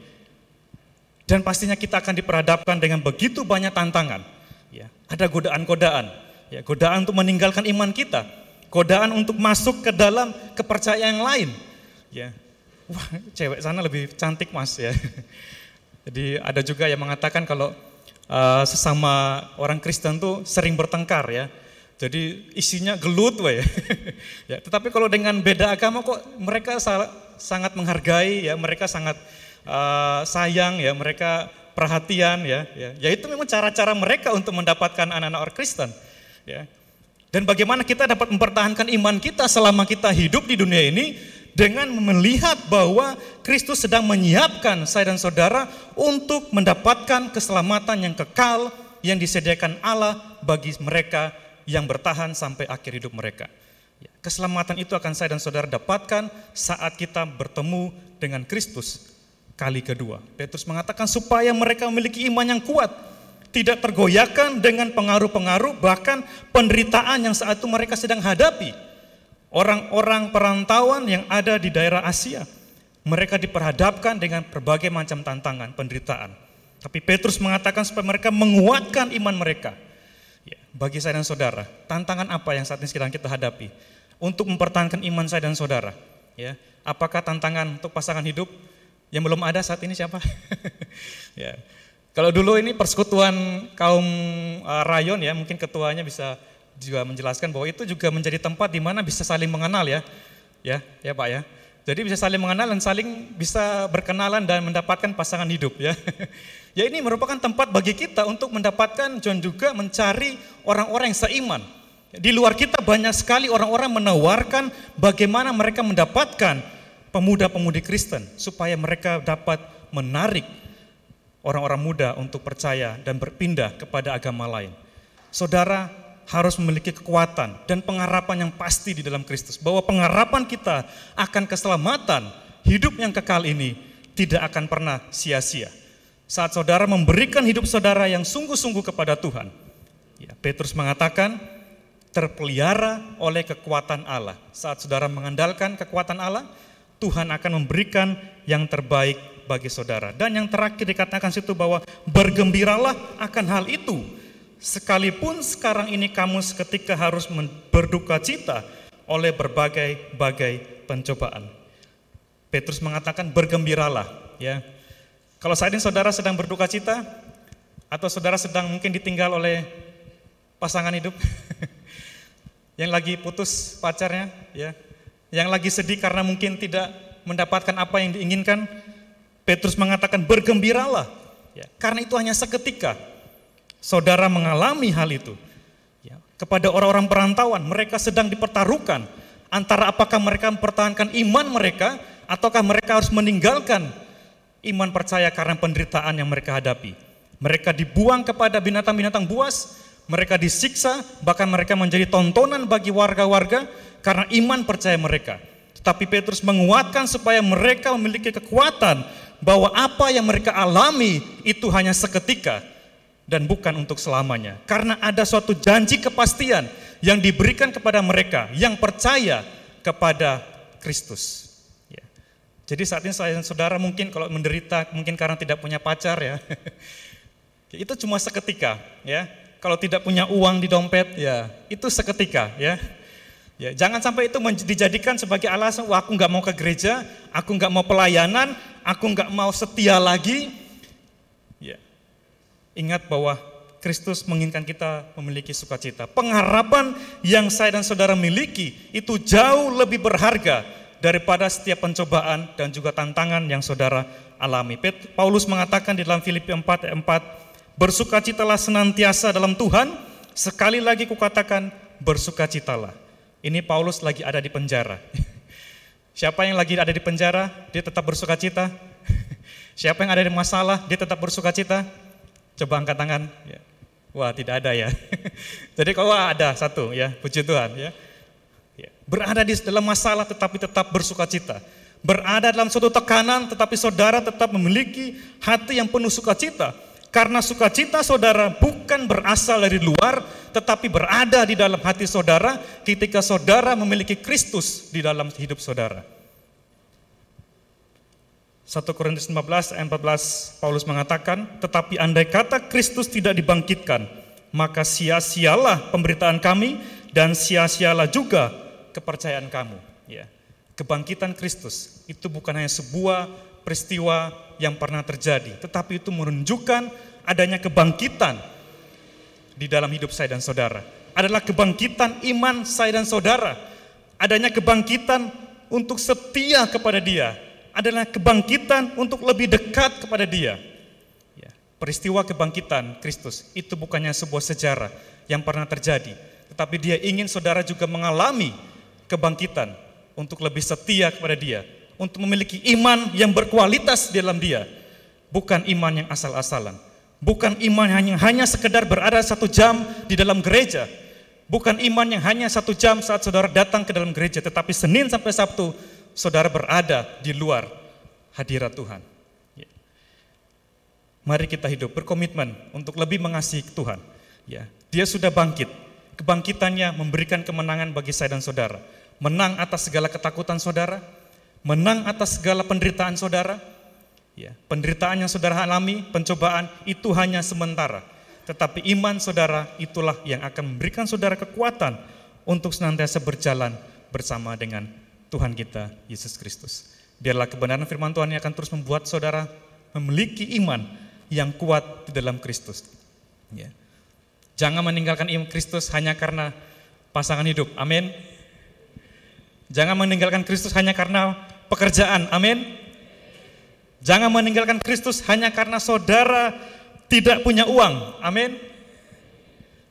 Dan pastinya kita akan diperhadapkan dengan begitu banyak tantangan. Ya, ada godaan-godaan, ya, godaan untuk meninggalkan iman kita, godaan untuk masuk ke dalam kepercayaan yang lain. Ya, wah, cewek sana lebih cantik mas ya. Jadi ada juga yang mengatakan kalau uh, sesama orang Kristen tuh sering bertengkar ya. Jadi isinya gelut we. Ya, tetapi kalau dengan beda agama kok mereka sa- sangat menghargai ya, mereka sangat uh, sayang ya, mereka perhatian ya, ya. Ya itu memang cara-cara mereka untuk mendapatkan anak-anak orang Kristen ya. Dan bagaimana kita dapat mempertahankan iman kita selama kita hidup di dunia ini dengan melihat bahwa Kristus sedang menyiapkan saya dan saudara untuk mendapatkan keselamatan yang kekal yang disediakan Allah bagi mereka yang bertahan sampai akhir hidup mereka. Keselamatan itu akan saya dan saudara dapatkan saat kita bertemu dengan Kristus kali kedua. Petrus mengatakan supaya mereka memiliki iman yang kuat, tidak tergoyahkan dengan pengaruh-pengaruh bahkan penderitaan yang saat itu mereka sedang hadapi. Orang-orang perantauan yang ada di daerah Asia, mereka diperhadapkan dengan berbagai macam tantangan, penderitaan. Tapi Petrus mengatakan supaya mereka menguatkan iman mereka. Ya, bagi saya dan saudara, tantangan apa yang saat ini sedang kita hadapi untuk mempertahankan iman saya dan saudara? Ya, apakah tantangan untuk pasangan hidup yang belum ada saat ini siapa? Ya, kalau dulu ini persekutuan kaum uh, rayon ya, mungkin ketuanya bisa juga menjelaskan bahwa itu juga menjadi tempat di mana bisa saling mengenal ya, ya, ya Pak ya. Jadi bisa saling mengenal dan saling bisa berkenalan dan mendapatkan pasangan hidup ya. Ya ini merupakan tempat bagi kita untuk mendapatkan dan juga mencari orang-orang yang seiman. Di luar kita banyak sekali orang-orang menawarkan bagaimana mereka mendapatkan pemuda-pemudi Kristen supaya mereka dapat menarik orang-orang muda untuk percaya dan berpindah kepada agama lain. Saudara harus memiliki kekuatan dan pengharapan yang pasti di dalam Kristus, bahwa pengharapan kita akan keselamatan, hidup yang kekal ini tidak akan pernah sia-sia. Saat saudara memberikan hidup saudara yang sungguh-sungguh kepada Tuhan, ya, Petrus mengatakan terpelihara oleh kekuatan Allah. Saat saudara mengandalkan kekuatan Allah, Tuhan akan memberikan yang terbaik bagi saudara. Dan yang terakhir dikatakan situ bahwa bergembiralah akan hal itu, sekalipun sekarang ini kamu seketika harus berduka cita oleh berbagai-bagai pencobaan. Petrus mengatakan bergembiralah, ya. Kalau saat ini saudara sedang berduka cita, atau saudara sedang mungkin ditinggal oleh pasangan hidup, yang lagi putus pacarnya, ya, yang lagi sedih karena mungkin tidak mendapatkan apa yang diinginkan, Petrus mengatakan bergembiralah, ya, karena itu hanya seketika. Saudara mengalami hal itu. Ya, kepada orang-orang perantauan, mereka sedang dipertaruhkan antara apakah mereka mempertahankan iman mereka, ataukah mereka harus meninggalkan iman percaya karena penderitaan yang mereka hadapi. Mereka dibuang kepada binatang-binatang buas, mereka disiksa, bahkan mereka menjadi tontonan bagi warga-warga karena iman percaya mereka. Tetapi Petrus menguatkan supaya mereka memiliki kekuatan bahwa apa yang mereka alami itu hanya seketika dan bukan untuk selamanya. Karena ada suatu janji kepastian yang diberikan kepada mereka yang percaya kepada Kristus. Jadi saat ini saya dan saudara mungkin kalau menderita, mungkin karena tidak punya pacar, ya, itu cuma seketika, ya. Kalau tidak punya uang di dompet, ya, itu seketika, ya. Ya, jangan sampai itu dijadikan sebagai alasan, wah aku nggak mau ke gereja, aku nggak mau pelayanan, aku nggak mau setia lagi. Ya. Ingat bahwa Kristus menginginkan kita memiliki sukacita. Pengharapan yang saya dan saudara miliki itu jauh lebih berharga daripada setiap pencobaan dan juga tantangan yang saudara alami. Paulus mengatakan di dalam Filipi empat ayat empat, bersukacitalah senantiasa dalam Tuhan, sekali lagi kukatakan bersukacitalah. Ini Paulus lagi ada di penjara. Siapa yang lagi ada di penjara, dia tetap bersukacita? Siapa yang ada di masalah, dia tetap bersukacita? Coba angkat tangan. Wah, tidak ada, ya. Jadi kalau ada satu, ya, puji Tuhan, ya. Berada di dalam masalah tetapi tetap bersukacita. Berada dalam suatu tekanan tetapi saudara tetap memiliki hati yang penuh sukacita. Karena sukacita saudara bukan berasal dari luar, tetapi berada di dalam hati saudara ketika saudara memiliki Kristus di dalam hidup saudara. satu Korintus lima belas ayat empat belas Paulus mengatakan, tetapi andai kata Kristus tidak dibangkitkan, maka sia-sialah pemberitaan kami dan sia-sialah juga kepercayaan kamu. Ya. Kebangkitan Kristus itu bukan hanya sebuah peristiwa yang pernah terjadi, tetapi itu menunjukkan adanya kebangkitan di dalam hidup saya dan saudara. Adalah kebangkitan iman saya dan saudara. Adanya kebangkitan untuk setia kepada Dia. Adalah kebangkitan untuk lebih dekat kepada Dia. Ya. Peristiwa kebangkitan Kristus itu bukannya sebuah sejarah yang pernah terjadi, tetapi Dia ingin saudara juga mengalami kebangkitan untuk lebih setia kepada Dia, untuk memiliki iman yang berkualitas di dalam Dia, bukan iman yang asal-asalan, bukan iman yang hanya sekedar berada satu jam di dalam gereja, bukan iman yang hanya satu jam saat saudara datang ke dalam gereja, tetapi Senin sampai Sabtu saudara berada di luar hadirat Tuhan. Ya. Mari kita hidup berkomitmen untuk lebih mengasihi Tuhan. Ya. Dia sudah bangkit, kebangkitannya memberikan kemenangan bagi saya dan saudara. Menang atas segala ketakutan saudara, menang atas segala penderitaan saudara. Ya, penderitaan yang saudara alami, pencobaan itu hanya sementara. Tetapi iman saudara itulah yang akan memberikan saudara kekuatan untuk senantiasa berjalan bersama dengan Tuhan kita Yesus Kristus. Biarlah kebenaran firman Tuhan yang akan terus membuat saudara memiliki iman yang kuat di dalam Kristus. Ya. Jangan meninggalkan iman Kristus hanya karena pasangan hidup. Amin. Jangan meninggalkan Kristus hanya karena pekerjaan. Amin. Jangan meninggalkan Kristus hanya karena saudara tidak punya uang. Amin.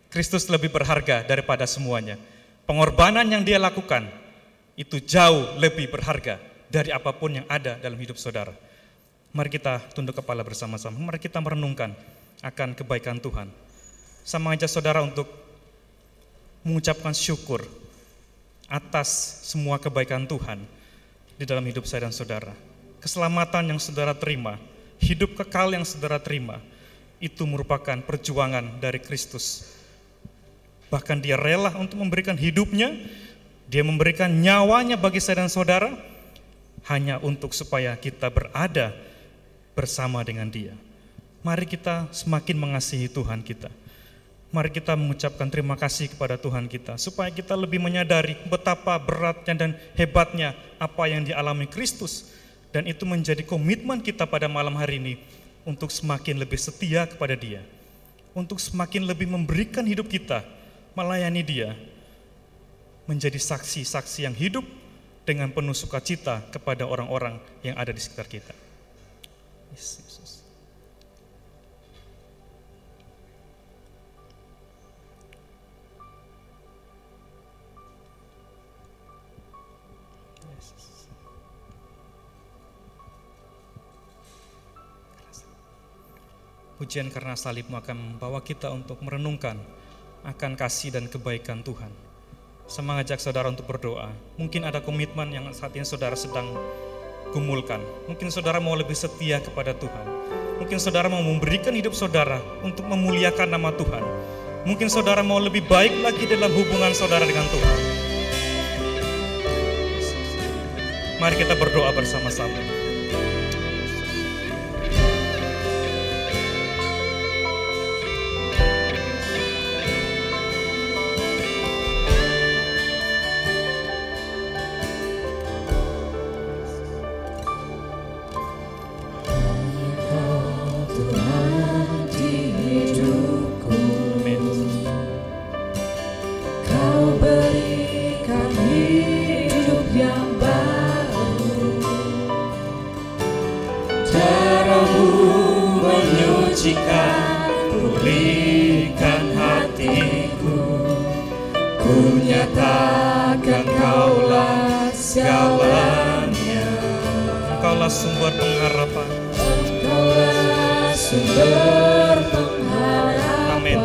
Kristus lebih berharga daripada semuanya. Pengorbanan yang dia lakukan itu jauh lebih berharga dari apapun yang ada dalam hidup saudara. Mari kita tunduk kepala bersama-sama. Mari kita merenungkan akan kebaikan Tuhan. Saya mengajak saudara untuk mengucapkan syukur atas semua kebaikan Tuhan di dalam hidup saya dan saudara. Keselamatan yang saudara terima, hidup kekal yang saudara terima, itu merupakan perjuangan dari Kristus. Bahkan dia rela untuk memberikan hidupnya, dia memberikan nyawanya bagi saya dan saudara, hanya untuk supaya kita berada bersama dengan dia. Mari kita semakin mengasihi Tuhan kita. Mari kita mengucapkan terima kasih kepada Tuhan kita, supaya kita lebih menyadari betapa beratnya dan hebatnya apa yang dialami Kristus. Dan itu menjadi komitmen kita pada malam hari ini, untuk semakin lebih setia kepada dia, untuk semakin lebih memberikan hidup kita, melayani dia, menjadi saksi-saksi yang hidup dengan penuh sukacita kepada orang-orang yang ada di sekitar kita. Yesus. Pujian karena salibmu akan membawa kita untuk merenungkan akan kasih dan kebaikan Tuhan. Saya mengajak saudara untuk berdoa. Mungkin ada komitmen yang saat ini saudara sedang gumulkan. Mungkin saudara mau lebih setia kepada Tuhan. Mungkin saudara mau memberikan hidup saudara untuk memuliakan nama Tuhan. Mungkin saudara mau lebih baik lagi dalam hubungan saudara dengan Tuhan. Mari kita berdoa bersama-sama.
Pulihkan hatiku, ku nyatakan Kaulah segalanya.
Engkaulah sumber pengharapan.
Engkaulah sumber pengharapan.
Amin.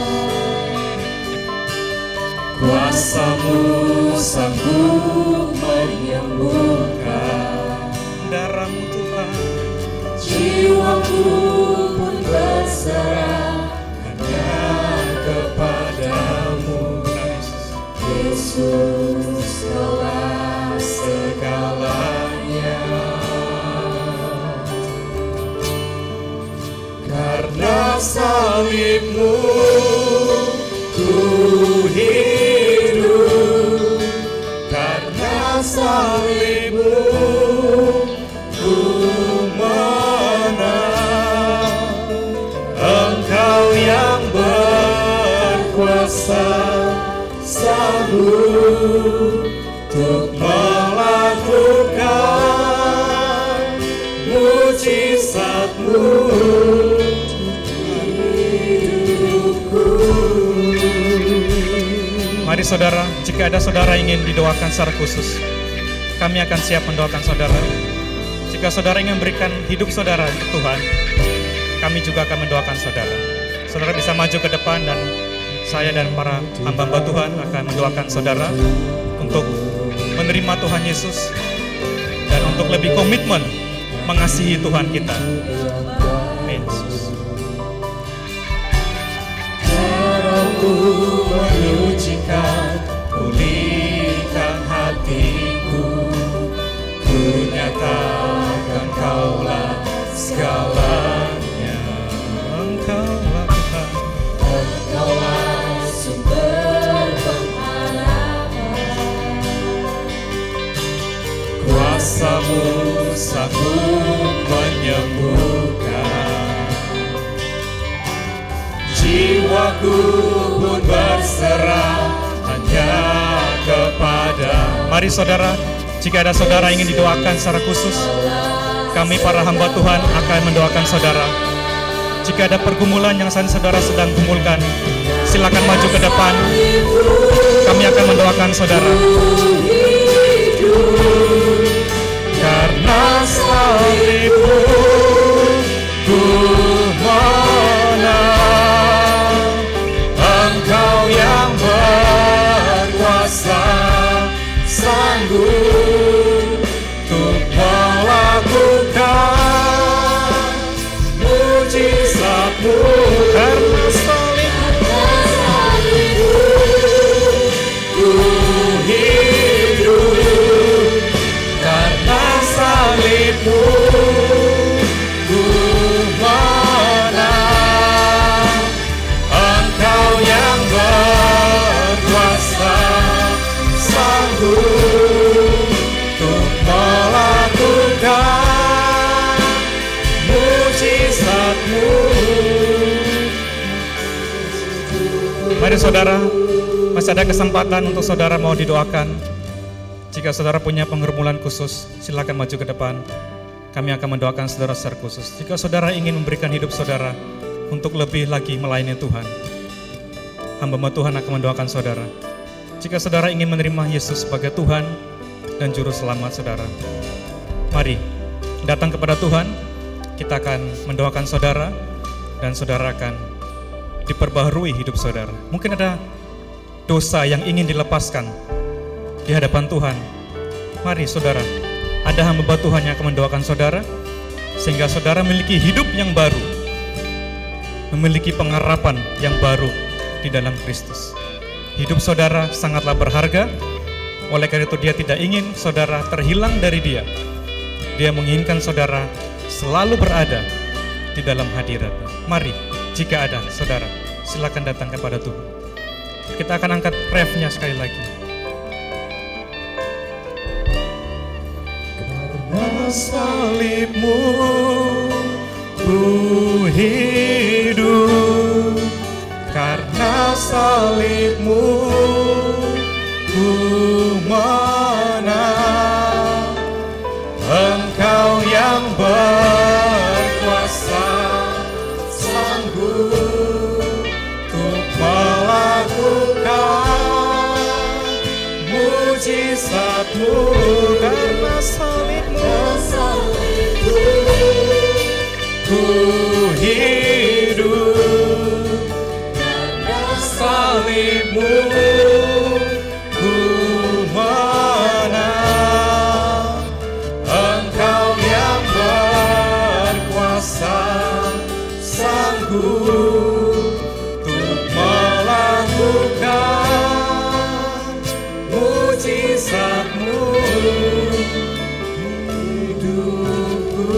Kuasa-Mu sanggup menyembuhkan.
Darah-Mu Tuhan,
jiwaku pun berserah hanya kepadamu. Yesus, Kaulah segalanya. Karena salib-Mu ku hidup, karena salib-Mu ku menang. Engkau yang berkuasa sanggup untuk melakukan mujizat-Mu hidupku.
mari saudara, jika ada saudara ingin didoakan secara khusus, kami akan siap mendoakan saudara. Jika saudara ingin memberikan hidup saudara untuk Tuhan, kami juga akan mendoakan saudara. Saudara bisa maju ke depan dan saya dan para hamba-hamba Tuhan akan mendoakan saudara untuk menerima Tuhan Yesus dan untuk lebih komitmen mengasihi Tuhan kita. Amin.
Darahmu menyucikan, pulihkan hatiku, ku nyatakan Kaulah segalanya.
Engkaulah Tuhan,
Engkaulah sumber pengharapan. Kuasa-Mu sanggup menyembuhkan. Jiwaku pun berserah hanya kepada.
mari saudara, jika ada saudara ingin didoakan secara khusus, kami para hamba Tuhan akan mendoakan saudara. Jika ada pergumulan yang saudara sedang gumulkan, silakan maju ke depan. Kami akan mendoakan saudara.
Karena salibmu ku menang, Engkau yang berkuasa sanggup untuk melakukan mujizat-Mu. Karena salibmu ku hidup, karena salibmu ku menang, Engkau yang berkuasa sanggup untuk melakukan mujizat-Mu.
Mari saudara, masih ada kesempatan untuk saudara mau didoakan. Jika saudara punya penggerumulan khusus, silakan maju ke depan. Kami akan mendoakan saudara secara khusus. Jika saudara ingin memberikan hidup saudara untuk lebih lagi melayani Tuhan, hamba Tuhan akan mendoakan saudara. Jika saudara ingin menerima Yesus sebagai Tuhan dan Juru Selamat saudara, mari datang kepada Tuhan. Kita akan mendoakan saudara dan saudara akan diperbaharui hidup saudara. Mungkin ada dosa yang ingin dilepaskan di hadapan Tuhan. Mari saudara, ada hamba Tuhan yang akan mendoakan saudara, sehingga saudara memiliki hidup yang baru, memiliki pengharapan yang baru di dalam Kristus. Hidup saudara sangatlah berharga, oleh karena itu dia tidak ingin saudara terhilang dari dia. Dia menginginkan saudara selalu berada di dalam hadirat-Nya. Mari, jika ada saudara, silakan datang kepada Tuhan. Kita akan angkat refnya sekali lagi.
Karena salibmu ku hidup, karena salibmu ku menang, Engkau yang berkuasa sanggup untuk melakukan mujizat-Mu. Karena salibmu ku hidup, karena salibmu ku menang, Engkau yang berkuasa sanggup untuk melakukan mujizat-Mu hidupku.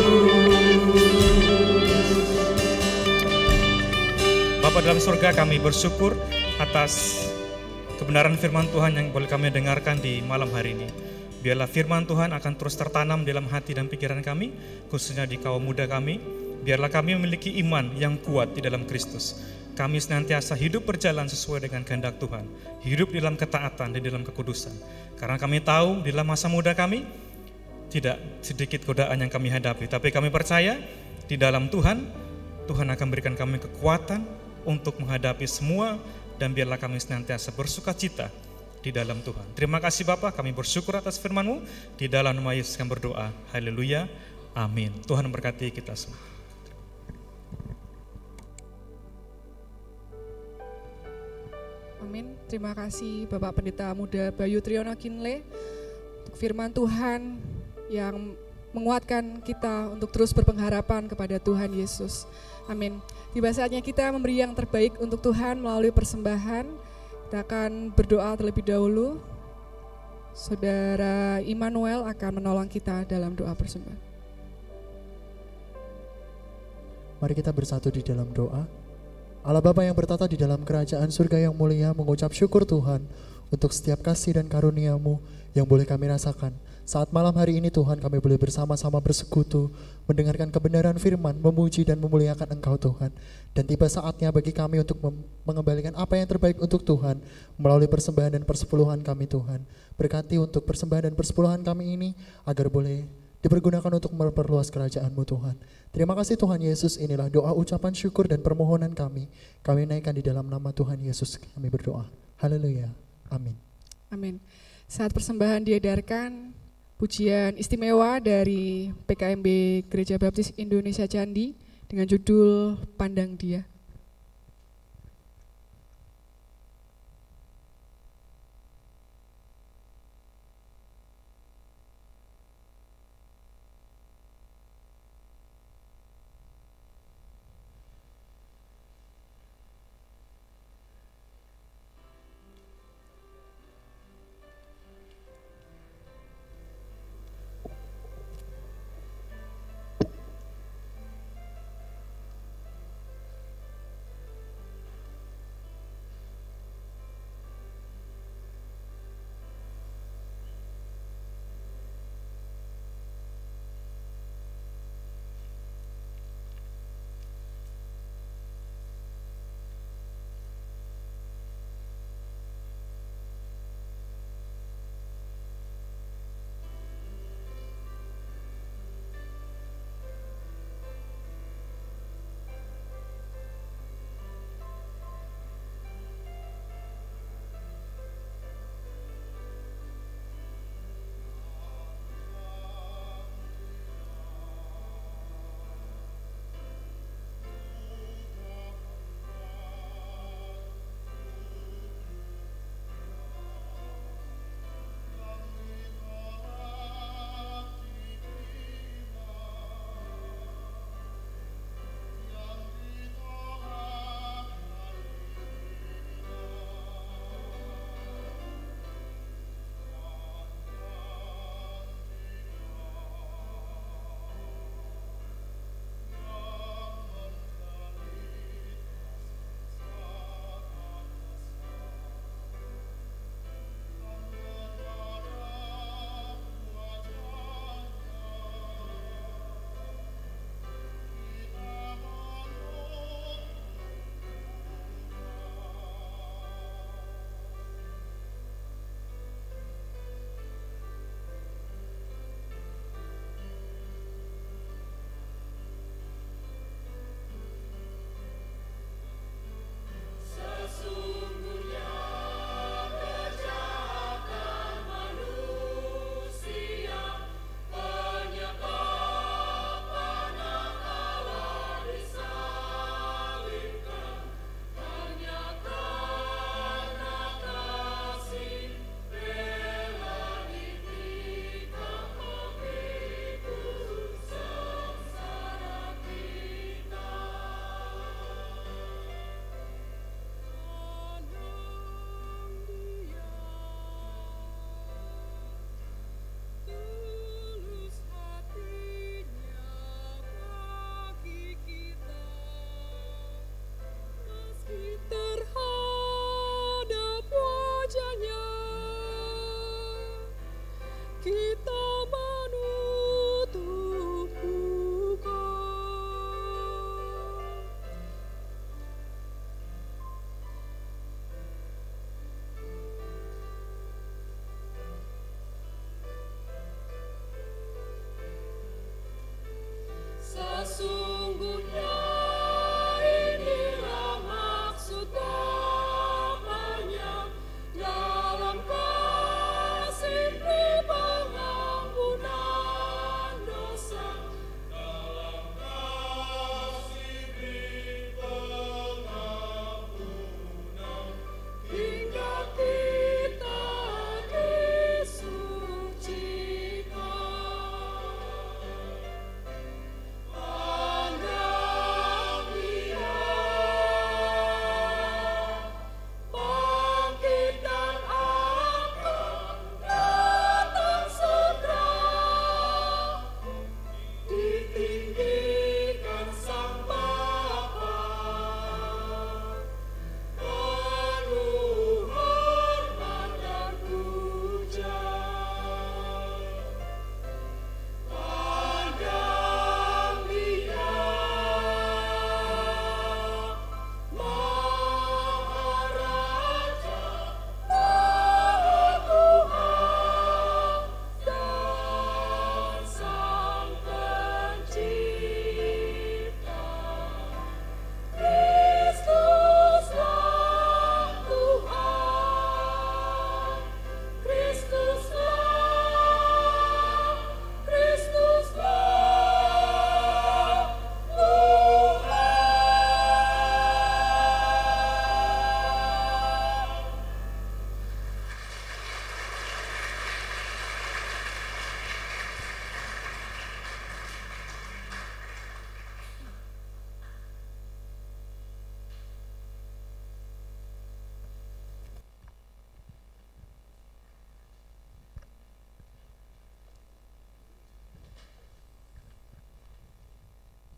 Bapa dalam surga, kami bersyukur atas kebenaran firman Tuhan yang boleh kami dengarkan di malam hari ini. Biarlah firman Tuhan akan terus tertanam dalam hati dan pikiran kami, khususnya di kaum muda kami. Biarlah kami memiliki iman yang kuat di dalam Kristus. Kami senantiasa hidup berjalan sesuai dengan kehendak Tuhan, hidup di dalam ketaatan dan di dalam kekudusan. Karena kami tahu di dalam masa muda kami tidak sedikit godaan yang kami hadapi, tapi kami percaya di dalam Tuhan, Tuhan akan berikan kami kekuatan untuk menghadapi semua, dan biarlah kami senantiasa bersuka cita di dalam Tuhan. Terima kasih Bapa, kami bersyukur atas firman-Mu. Di dalam nama Yesus kami berdoa. Haleluya. Amin. Tuhan memberkati kita semua.
Amin. Terima kasih Bapak Pendeta Muda Bayu Triyono Kinle untuk firman Tuhan yang menguatkan kita untuk terus berpengharapan kepada Tuhan Yesus. Amin. Tiba saatnya kita memberi yang terbaik untuk Tuhan melalui persembahan. Kita akan berdoa terlebih dahulu. Saudara Immanuel akan menolong kita dalam doa persembahan.
Mari kita bersatu di dalam doa. Allah Bapa yang bertata di dalam kerajaan surga yang mulia, mengucap syukur Tuhan untuk setiap kasih dan karunia-Mu yang boleh kami rasakan. Saat malam hari ini Tuhan, kami boleh bersama-sama bersekutu, mendengarkan kebenaran firman, memuji dan memuliakan Engkau Tuhan. Dan tiba saatnya bagi kami untuk mengembalikan apa yang terbaik untuk Tuhan melalui persembahan dan persepuluhan kami Tuhan. Berkati untuk persembahan dan persepuluhan kami ini agar boleh dipergunakan untuk memperluas kerajaan-Mu Tuhan. Terima kasih Tuhan Yesus, inilah doa ucapan syukur dan permohonan kami. Kami naikkan di dalam nama Tuhan Yesus kami berdoa. Haleluya. Amin.
Amin. Saat persembahan diedarkan, pujian istimewa dari P K M B Gereja Baptis Indonesia Candi dengan judul Pandang Dia.
Sesungguhnya inilah maksud namanya dalam kasih pribadi.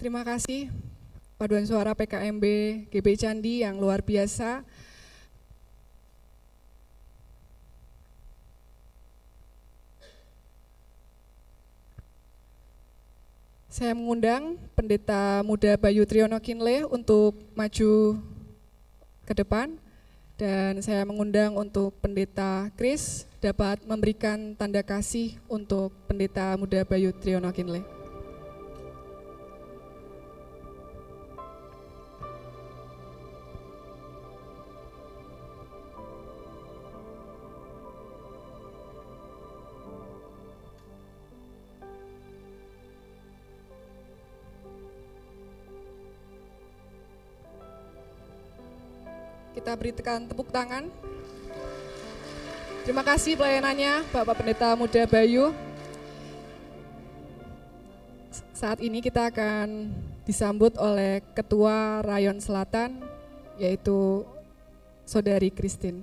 Terima kasih paduan suara P K M B G B I Candi yang luar biasa. Saya mengundang Pendeta Muda Bayu Triyono Kinle untuk maju ke depan, dan saya mengundang untuk Pendeta Kris dapat memberikan tanda kasih untuk Pendeta Muda Bayu Triyono Kinle. Kita berikan tepuk tangan. Terima kasih pelayanannya Bapak Pendeta Muda Bayu. Saat ini kita akan disambut oleh Ketua Rayon Selatan, yaitu Saudari Christine.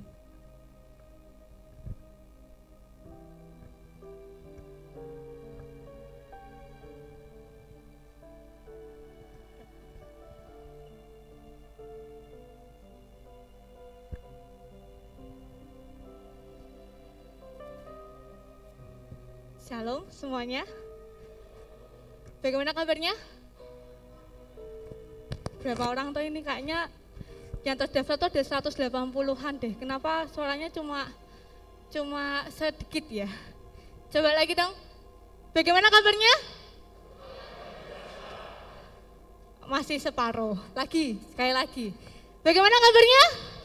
Shalom semuanya. Bagaimana kabarnya? Berapa orang tuh ini kayaknya yang terdaftar tuh ada seratus delapan puluhan deh. Kenapa suaranya cuma cuma sedikit ya? Coba lagi dong. Bagaimana kabarnya? Masih separuh. Lagi, sekali lagi. Bagaimana kabarnya?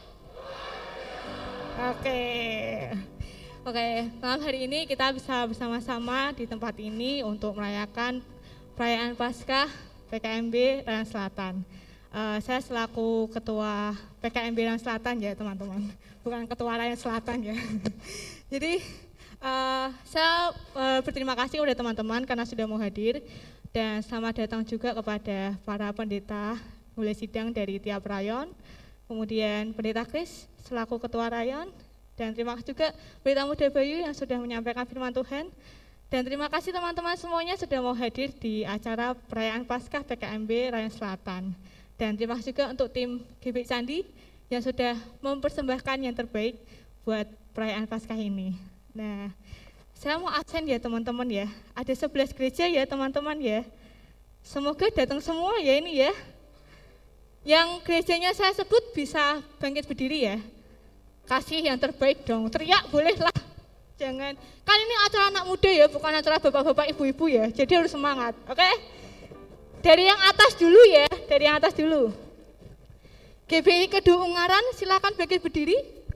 Oke. Oke, malam hari ini kita bisa bersama-sama di tempat ini untuk merayakan perayaan Paskah P K M B Rayon Selatan. Uh, saya selaku Ketua P K M B Rayon Selatan ya teman-teman, bukan Ketua Rayon Selatan ya. Jadi uh, saya uh, berterima kasih kepada teman-teman karena sudah mau hadir, dan selamat datang juga kepada para pendeta mulai sidang dari tiap rayon, kemudian Pendeta Kris selaku Ketua Rayon. Dan terima kasih juga Pendeta Muda Bayu yang sudah menyampaikan firman Tuhan. Dan terima kasih teman-teman semuanya sudah mau hadir di acara perayaan Paskah P K M B Rayon Selatan. Dan terima kasih juga untuk tim G B I Candi yang sudah mempersembahkan yang terbaik buat perayaan Paskah ini. Nah, saya mau absen ya teman-teman ya. Ada sebelas gereja ya teman-teman ya. Semoga datang semua ya ini ya. Yang gerejanya saya sebut bisa bangkit berdiri ya. Kasih yang terbaik dong, teriak boleh lah. Jangan, kan ini acara anak muda ya, bukan acara bapak-bapak ibu-ibu ya. Jadi harus semangat, oke? Okay? Dari yang atas dulu ya, dari yang atas dulu. G B I Kedua Ungaran, silakan bangkit berdiri.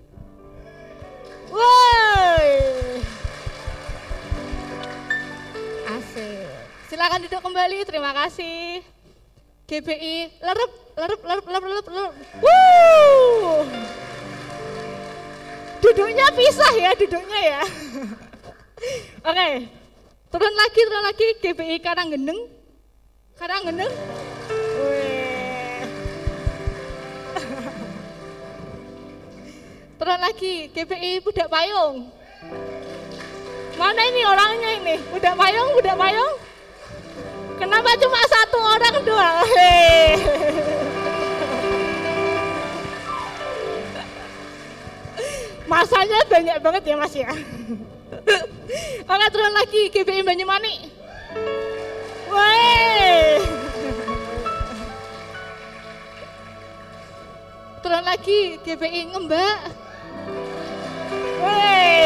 Woi. Asik. Silakan duduk kembali, terima kasih. G B I lerep, lerep, lerep, lerep, lerep, lerep. Wuh. Duduknya pisah ya, duduknya ya. Oke, okay. Turun lagi, turun lagi, G B I Karanggeneng. Karanggeneng. Wih. Turun lagi, G B I Budak Payung. Mana ini orangnya ini? Budak Payung, Budak Payung. Kenapa cuma satu orang doang? Hei. Masanya banyak banget ya mas ya. Oke, turun lagi G B I Banyumani. Woi. Turun lagi G B I Ngembak. Woi.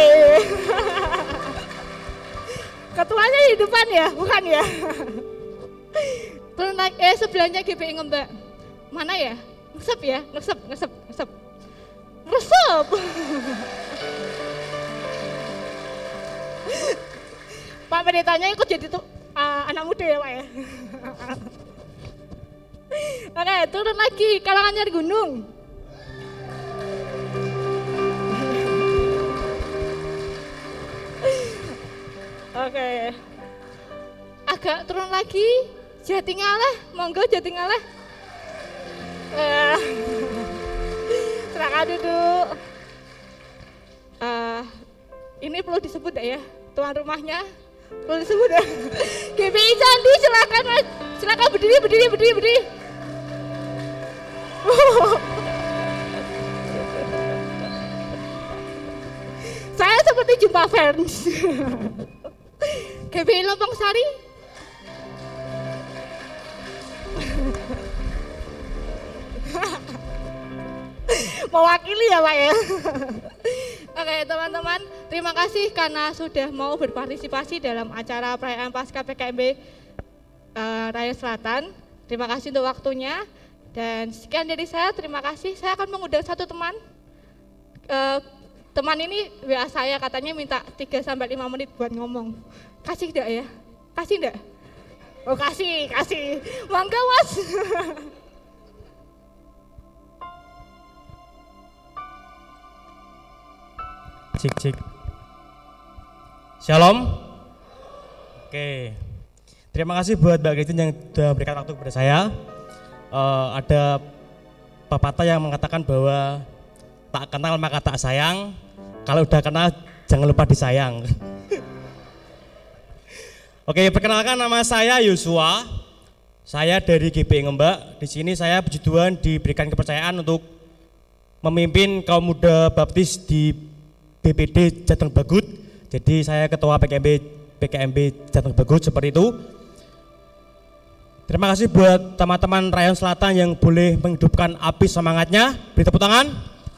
Ketuanya di depan ya, bukan ya? Turun lagi, eh sebelahnya G B I Ngembak. Mana ya? Ngesep ya, ngesep, ngesep, ngesep. Resep. Pak pendetanya ikut jadi tuh uh, anak muda ya Pak ya. Oke, turun lagi Karanganyar Gunung. Oke. Agak turun lagi Jatingaleh, monggo Jatingaleh. Uh. Silakan duduk. Uh, ini perlu disebut ya, tuan rumahnya perlu disebut ya. G B I Candi silakan mas. Silakan berdiri, berdiri, berdiri, berdiri. Saya seperti jumpa fans. G B I Lompong Sari. Mewakili ya Pak ya. Oke teman-teman, terima kasih karena sudah mau berpartisipasi dalam acara perayaan Paskah P K M B uh, Raya Selatan. Terima kasih untuk waktunya dan sekian dari saya, terima kasih. Saya akan mengundang satu teman. Uh, teman ini W A saya katanya minta tiga sampai lima menit buat ngomong. Kasih enggak ya? Kasih enggak? Oh kasih, kasih. Mangga Mas.
Cik cik. Shalom. Oke. Terima kasih buat Mbak Christine yang sudah memberikan waktu kepada saya. Uh, ada pepatah yang mengatakan bahwa tak kenal maka tak sayang. Kalau udah kenal jangan lupa disayang. Oke, perkenalkan nama saya Yosua. Saya dari G P I Ngembak. Di sini saya puji Tuhan diberikan kepercayaan untuk memimpin kaum muda baptis di B P D Jateng Bagut. Jadi saya ketua P K M B P K M B Jateng Bagut seperti itu. Terima kasih buat teman-teman Rayon Selatan yang boleh menghidupkan api semangatnya. Beri tepuk tangan.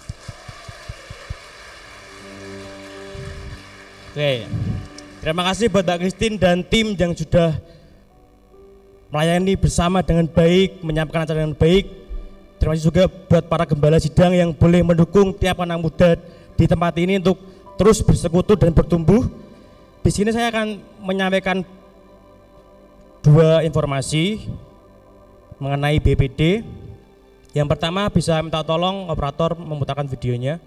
Oke. Terima kasih buat Mbak Christine dan tim yang sudah melayani bersama dengan baik, menyampaikan acara dengan baik. Terima kasih juga buat para gembala sidang yang boleh mendukung tiap anak muda di tempat ini untuk terus bersekutu dan bertumbuh. Di sini saya akan menyampaikan dua informasi mengenai B P D. Yang pertama bisa minta tolong operator memutarkan videonya.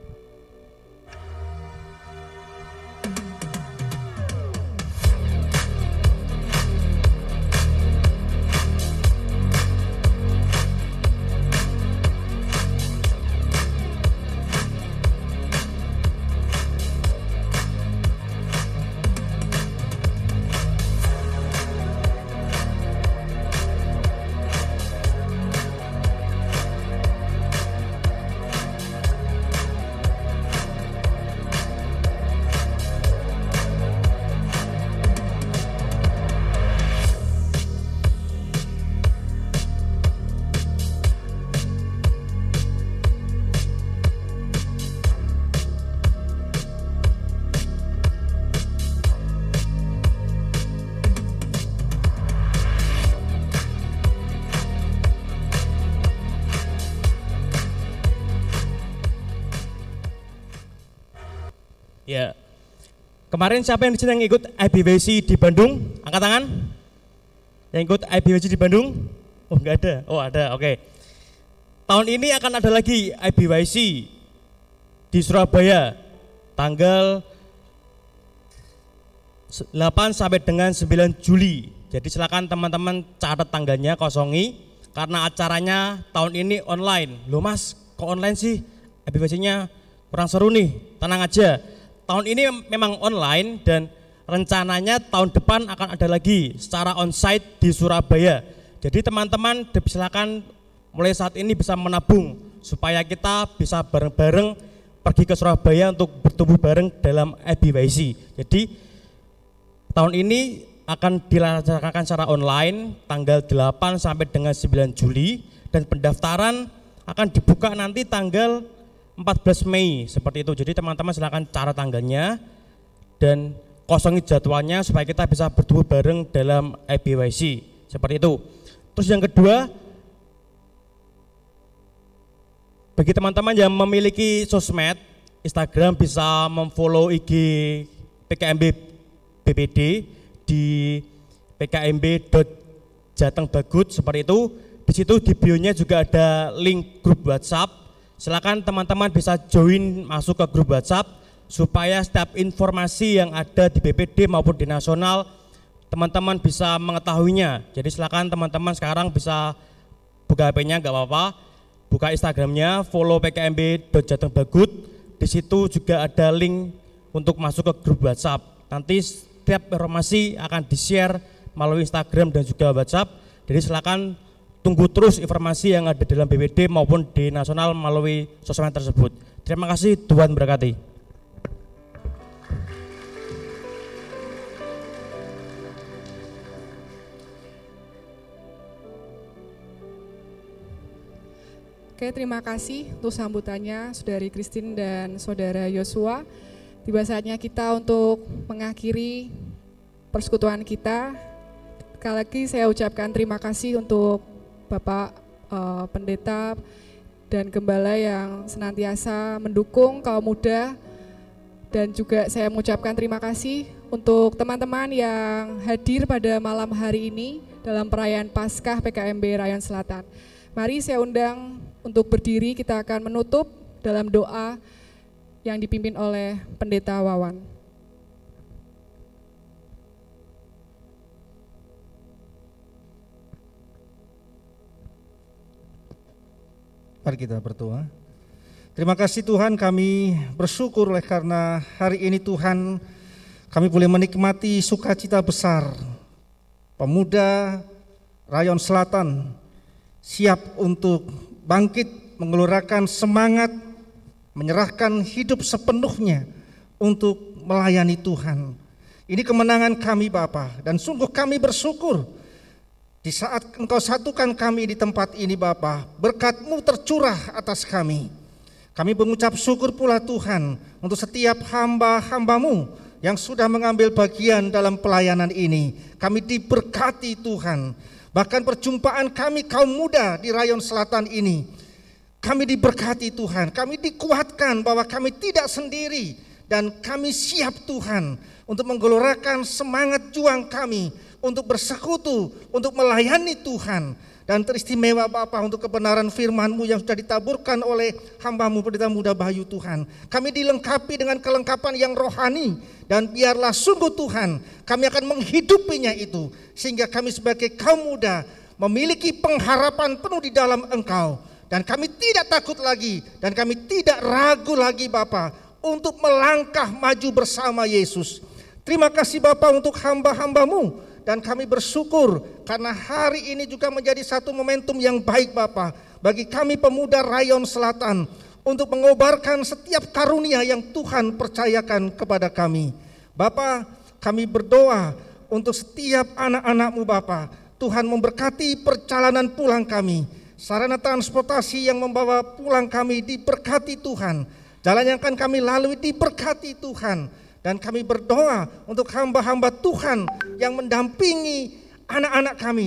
Ya, kemarin siapa yang di sini yang ikut I B W C di Bandung? Angkat tangan. Yang ikut I B W C di Bandung? Oh enggak ada, oh ada, oke. Okay. Tahun ini akan ada lagi I B W C di Surabaya, tanggal delapan sampai dengan sembilan Juli. Jadi silakan teman-teman catat tanggalnya, kosongi, karena acaranya tahun ini online. Loh Mas, kok online sih? I B W C-nya kurang seru nih, tenang aja. Tahun ini memang online dan rencananya tahun depan akan ada lagi secara onsite di Surabaya. Jadi teman-teman silakan mulai saat ini bisa menabung supaya kita bisa bareng-bareng pergi ke Surabaya untuk bertumbuh bareng dalam I B W C. Jadi tahun ini akan dilaksanakan secara online tanggal delapan sampai dengan sembilan Juli dan pendaftaran akan dibuka nanti tanggal empat belas Mei seperti itu. Jadi teman-teman silakan catat tanggalnya dan kosongi jadwalnya supaya kita bisa bertumbuh bareng dalam I B W C seperti itu. Terus yang kedua, bagi teman-teman yang memiliki sosmed, Instagram bisa memfollow I G P K M B B P D di p k m b dot jateng bagut seperti itu. Di situ di bio-nya juga ada link grup WhatsApp. Silakan teman-teman bisa join masuk ke grup WhatsApp supaya setiap informasi yang ada di B P D maupun di nasional teman-teman bisa mengetahuinya. Jadi silakan teman-teman sekarang bisa buka H P-nya, nggak apa-apa, buka Instagramnya, follow p k m b dot jateng bagut. Di situ juga ada link untuk masuk ke grup WhatsApp. Nanti setiap informasi akan di-share melalui Instagram dan juga WhatsApp. Jadi silakan tunggu terus informasi yang ada dalam B P D maupun di nasional melalui sosmed tersebut. Terima kasih, Tuhan berkati.
Oke, terima kasih untuk sambutannya Saudari Christine dan Saudara Yosua. Tiba saatnya kita untuk mengakhiri persekutuan kita. Sekali lagi saya ucapkan terima kasih untuk Bapak uh, Pendeta dan Gembala yang senantiasa mendukung kaum muda. Dan juga saya mengucapkan terima kasih untuk teman-teman yang hadir pada malam hari ini dalam perayaan Paskah P K M B Rayon Selatan. Mari saya undang untuk berdiri, kita akan menutup dalam doa yang dipimpin oleh Pendeta Wawan.
Mari kita berdoa. Terima kasih Tuhan, kami bersyukur oleh karena hari ini Tuhan kami boleh menikmati sukacita besar. Pemuda Rayon Selatan siap untuk bangkit mengeluarkan semangat, menyerahkan hidup sepenuhnya untuk melayani Tuhan. Ini kemenangan kami Bapa, dan sungguh kami bersyukur di saat Engkau satukan kami di tempat ini Bapa, berkat-Mu tercurah atas kami. Kami mengucap syukur pula Tuhan untuk setiap hamba-hamba-Mu yang sudah mengambil bagian dalam pelayanan ini. Kami diberkati Tuhan. Bahkan perjumpaan kami kaum muda di Rayon Selatan ini, kami diberkati Tuhan, kami dikuatkan bahwa kami tidak sendiri dan kami siap Tuhan untuk menggelorakan semangat juang kami untuk bersekutu, untuk melayani Tuhan. Dan teristimewa Bapa untuk kebenaran firman-Mu yang sudah ditaburkan oleh hamba-Mu Pendeta Muda Bayu Tuhan. Kami dilengkapi dengan kelengkapan yang rohani, dan biarlah sungguh Tuhan kami akan menghidupinya itu, sehingga kami sebagai kaum muda memiliki pengharapan penuh di dalam Engkau. Dan kami tidak takut lagi, dan kami tidak ragu lagi Bapa untuk melangkah maju bersama Yesus. Terima kasih Bapa untuk hamba-hamba-Mu. Dan kami bersyukur karena hari ini juga menjadi satu momentum yang baik Bapa bagi kami pemuda Rayon Selatan untuk mengobarkan setiap karunia yang Tuhan percayakan kepada kami. Bapa, kami berdoa untuk setiap anak-anak-Mu Bapa. Tuhan memberkati perjalanan pulang kami. Sarana transportasi yang membawa pulang kami diberkati Tuhan. Jalan yang akan kami lalui diberkati Tuhan. Dan kami berdoa untuk hamba-hamba Tuhan yang mendampingi anak-anak kami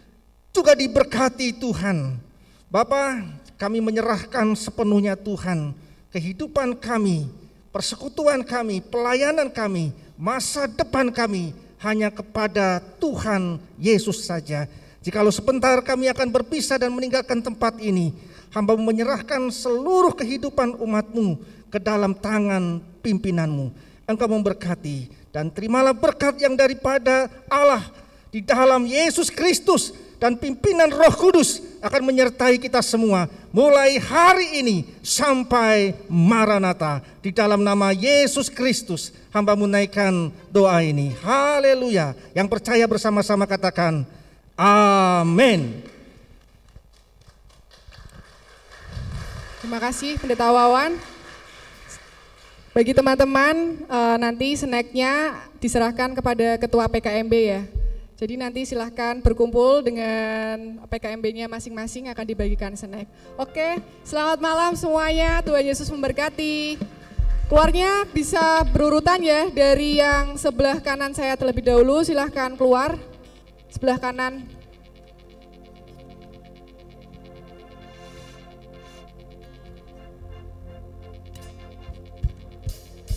juga diberkati Tuhan. Bapa, kami menyerahkan sepenuhnya Tuhan kehidupan kami, persekutuan kami, pelayanan kami, masa depan kami hanya kepada Tuhan Yesus saja. Jikalau sebentar kami akan berpisah dan meninggalkan tempat ini, hamba menyerahkan seluruh kehidupan umat-Mu ke dalam tangan pimpinan-Mu. Engkau memberkati, dan terimalah berkat yang daripada Allah di dalam Yesus Kristus, dan pimpinan Roh Kudus akan menyertai kita semua mulai hari ini sampai Maranatha. Di dalam nama Yesus Kristus hamba menaikkan doa ini. Haleluya. Yang percaya bersama-sama katakan amin.
Terima kasih Pendeta Wawan. Bagi teman-teman, uh, nanti snacknya diserahkan kepada Ketua P K M B ya. Jadi nanti silahkan berkumpul dengan P K M B-nya masing-masing, akan dibagikan snack. Oke, selamat malam semuanya, Tuhan Yesus memberkati. Keluarnya bisa berurutan ya, dari yang sebelah kanan saya terlebih dahulu, silahkan keluar. Sebelah kanan